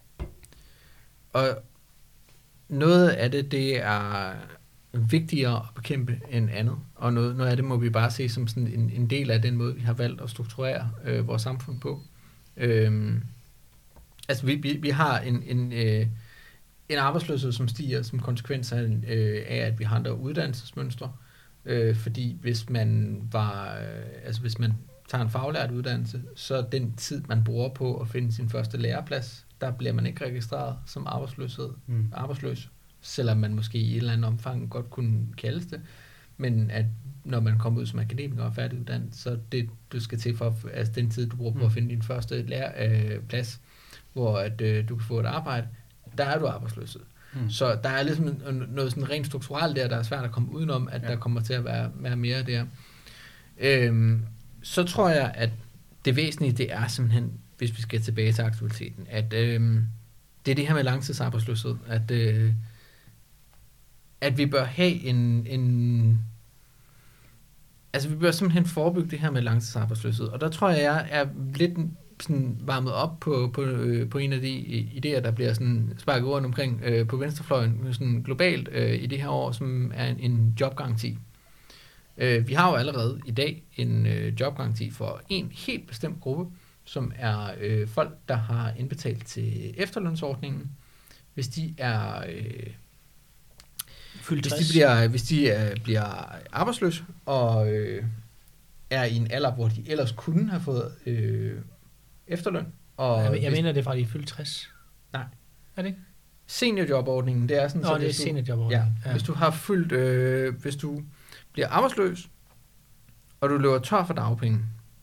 B: og noget af det, det er vigtigere at bekæmpe end andet. Og noget, noget af det må vi bare se som sådan en, en del af den måde, vi har valgt at strukturere øh, vores samfund på. Øhm, altså, vi, vi, vi har en, en, øh, en arbejdsløshed, som stiger som konsekvens af, øh, af at vi har andre uddannelsesmønstre. Øh, fordi hvis man var, øh, altså hvis man tager en faglært uddannelse, så den tid, man bruger på at finde sin første læreplads, der bliver man ikke registreret som arbejdsløshed, mm. arbejdsløs, selvom man måske i et eller andet omfang godt kunne kaldes det. Men at når man kommer ud som akademiker og færdiguddannet, så det, du skal til for, altså den tid, du bruger på at finde din første læreplads, øh, hvor at, øh, du kan få et arbejde, der er du arbejdsløshed. Mm. Så der er ligesom noget sådan rent strukturelt der, der er svært at komme udenom, at ja. der kommer til at være, være mere der. Øhm, så tror jeg, at det væsentlige, det er simpelthen, hvis vi skal tilbage til aktualiteten, at øhm, det er det her med langtidsarbejdsløshed, at, øh, at vi bør have en, en... Altså, vi bør simpelthen forebygge det her med langtidsarbejdsløshed. Og der tror jeg, jeg er lidt sådan varmet op på, på, øh, på en af de idéer, der bliver sådan sparket rundt omkring øh, på venstrefløjen sådan globalt øh, i det her år, som er en, en jobgaranti. Øh, vi har jo allerede i dag en øh, jobgaranti for en helt bestemt gruppe, som er øh, folk, der har indbetalt til efterlønsordningen. Hvis de er... Øh, hvis de bliver, hvis de øh, bliver arbejdsløse og øh, er i en alder, hvor de ellers kunne have fået øh, efterløn. Og
C: jeg, jeg
B: hvis,
C: mener, det er fra de er fyldt tres.
B: Nej.
C: Er det ikke?
B: Seniorjobordningen, det er sådan...
C: Nå,
B: så
C: det er
B: hvis du,
C: seniorjobordningen.
B: Ja, ja. Hvis du har fyldt... Øh, hvis du bliver arbejdsløs, og du løber tør for dagpenge,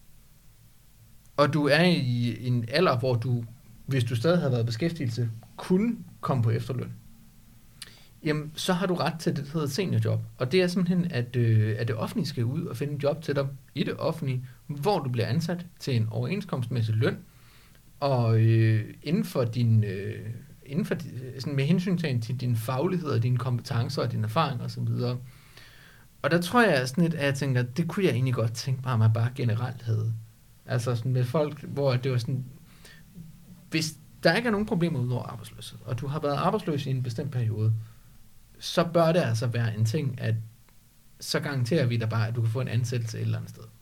B: og du er i en alder, hvor du, hvis du stadig havde været beskæftigelse, kunne komme på efterløn, jamen, så har du ret til det, der hedder seniorjob. Og det er simpelthen, at, øh, at det offentlige skal ud og finde en job til dig i det offentlige, hvor du bliver ansat til en overenskomstmæssig løn, og øh, inden for din... Øh, inden for, sådan med hensyn til din faglighed og dine kompetencer og dine erfaringer osv. Og der tror jeg sådan lidt, at jeg tænker, det kunne jeg egentlig godt tænke mig, at man bare generelt havde. Altså sådan med folk, hvor det var sådan, hvis der ikke er nogen problemer ud over arbejdsløshed, og du har været arbejdsløs i en bestemt periode, så bør det altså være en ting, at så garanterer vi dig bare, at du kan få en ansættelse et eller andet sted.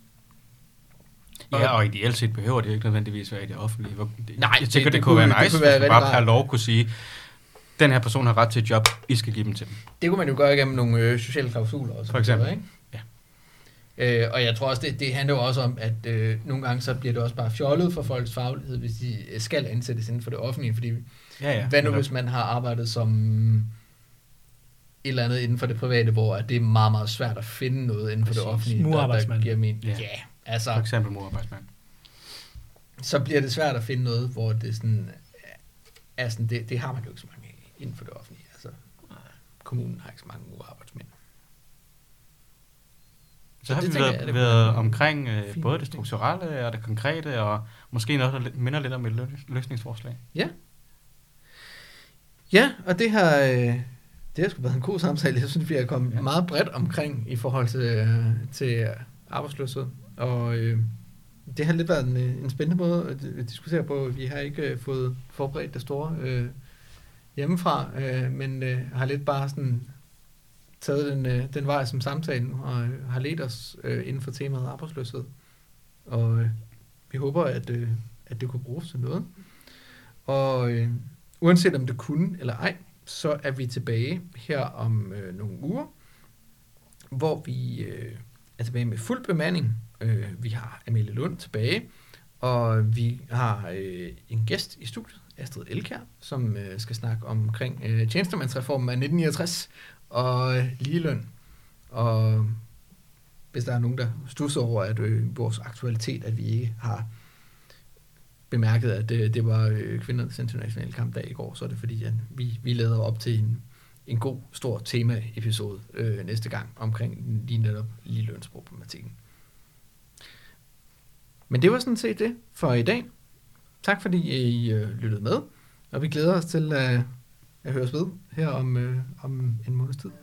D: Ja, og ideelt set behøver det ikke nødvendigvis være i det offentlige. Det,
B: Nej,
D: jeg tænker, det, det,
B: det
D: kunne være nice,
B: det kunne være
D: hvis man bare
B: rart.
D: per lov kunne sige, den her person har ret til et job, I skal give dem til dem.
B: Det kunne man jo gøre igennem nogle øh, sociale klausuler også.
D: For eksempel.
B: Ikke?
D: Ja.
B: Øh, og jeg tror også, det, det handler jo også om, at øh, nogle gange så bliver det også bare fjollet for folks faglighed, hvis de skal ansættes inden for det offentlige. Fordi
D: Ja, ja.
B: hvad nu, hvis man har arbejdet som et eller andet inden for det private, hvor det er meget, meget svært at finde noget inden for
C: Præcis.
B: det offentlige, der, der giver min...
D: Ja.
B: Ja, altså...
D: For eksempel morarbejdsmand.
B: Så bliver det svært at finde noget, hvor det sådan... Er sådan det, det har man jo ikke så mange af inden for det offentlige. Altså, kommunen har ikke så mange ugearbejdsmænd.
D: Så, så har vi
B: tænker
D: været,
B: jeg, det
D: været
B: kunne
D: omkring øh,
B: fint
D: både det
B: løsning.
D: strukturelle og det konkrete, og måske noget, der minder lidt om et lø- løsningsforslag.
B: Ja. Ja, og det har, øh, det har sgu været en god samtale. Jeg synes, vi er kommet
D: Ja.
B: meget bredt omkring i forhold til, øh, til arbejdsløshed. Og øh, det har lidt været en, en spændende måde at diskutere på. Vi har ikke øh, fået forberedt det store øh, hjemmefra, øh, men øh, har lidt bare sådan taget den, øh, den vej som samtalen og øh, har ledt os øh, inden for temaet arbejdsløshed. Og øh, vi håber, at, øh, at det kunne bruges til noget. Og øh, uanset om det kunne eller ej, så er vi tilbage her om øh, nogle uger, hvor vi øh, er tilbage med fuld bemanding. Øh, vi har Amelie Lund tilbage, og vi har øh, en gæst i studiet, Astrid Elkjær, som øh, skal snakke omkring øh, tjenestemandsreformen af nitten niogtres og øh, ligeløn. Og hvis der er nogen, der stusser over, at øh, vores aktualitet, at vi ikke har bemærket, at det, det var øh, kvindernes internationale kampdag i går, så er det fordi, at vi, vi lader op til en, en god, stor tema-episode øh, næste gang omkring lige netop ligelønsproblematikken. Men det var sådan set det for i dag. Tak fordi I øh, lyttede med, og vi glæder os til øh, at høres ved her om, øh, om en måneds tid.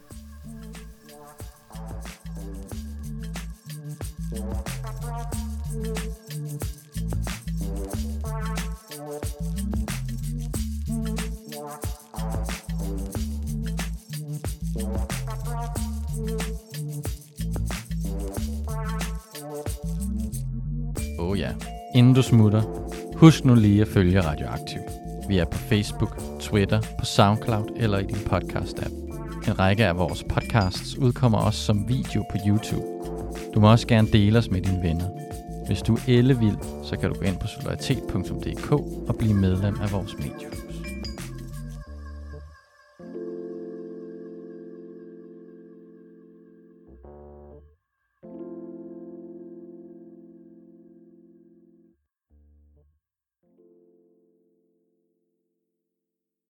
A: Åh oh ja. Inden du smutter, husk nu lige at følge Radioaktiv. Vi er på Facebook, Twitter, på SoundCloud eller i din podcast-app. En række af vores podcasts udkommer også som video på YouTube. Du må også gerne dele os med dine venner. Hvis du er ellevild, så kan du gå ind på solidaritet punktum d k og blive medlem af vores mediehus.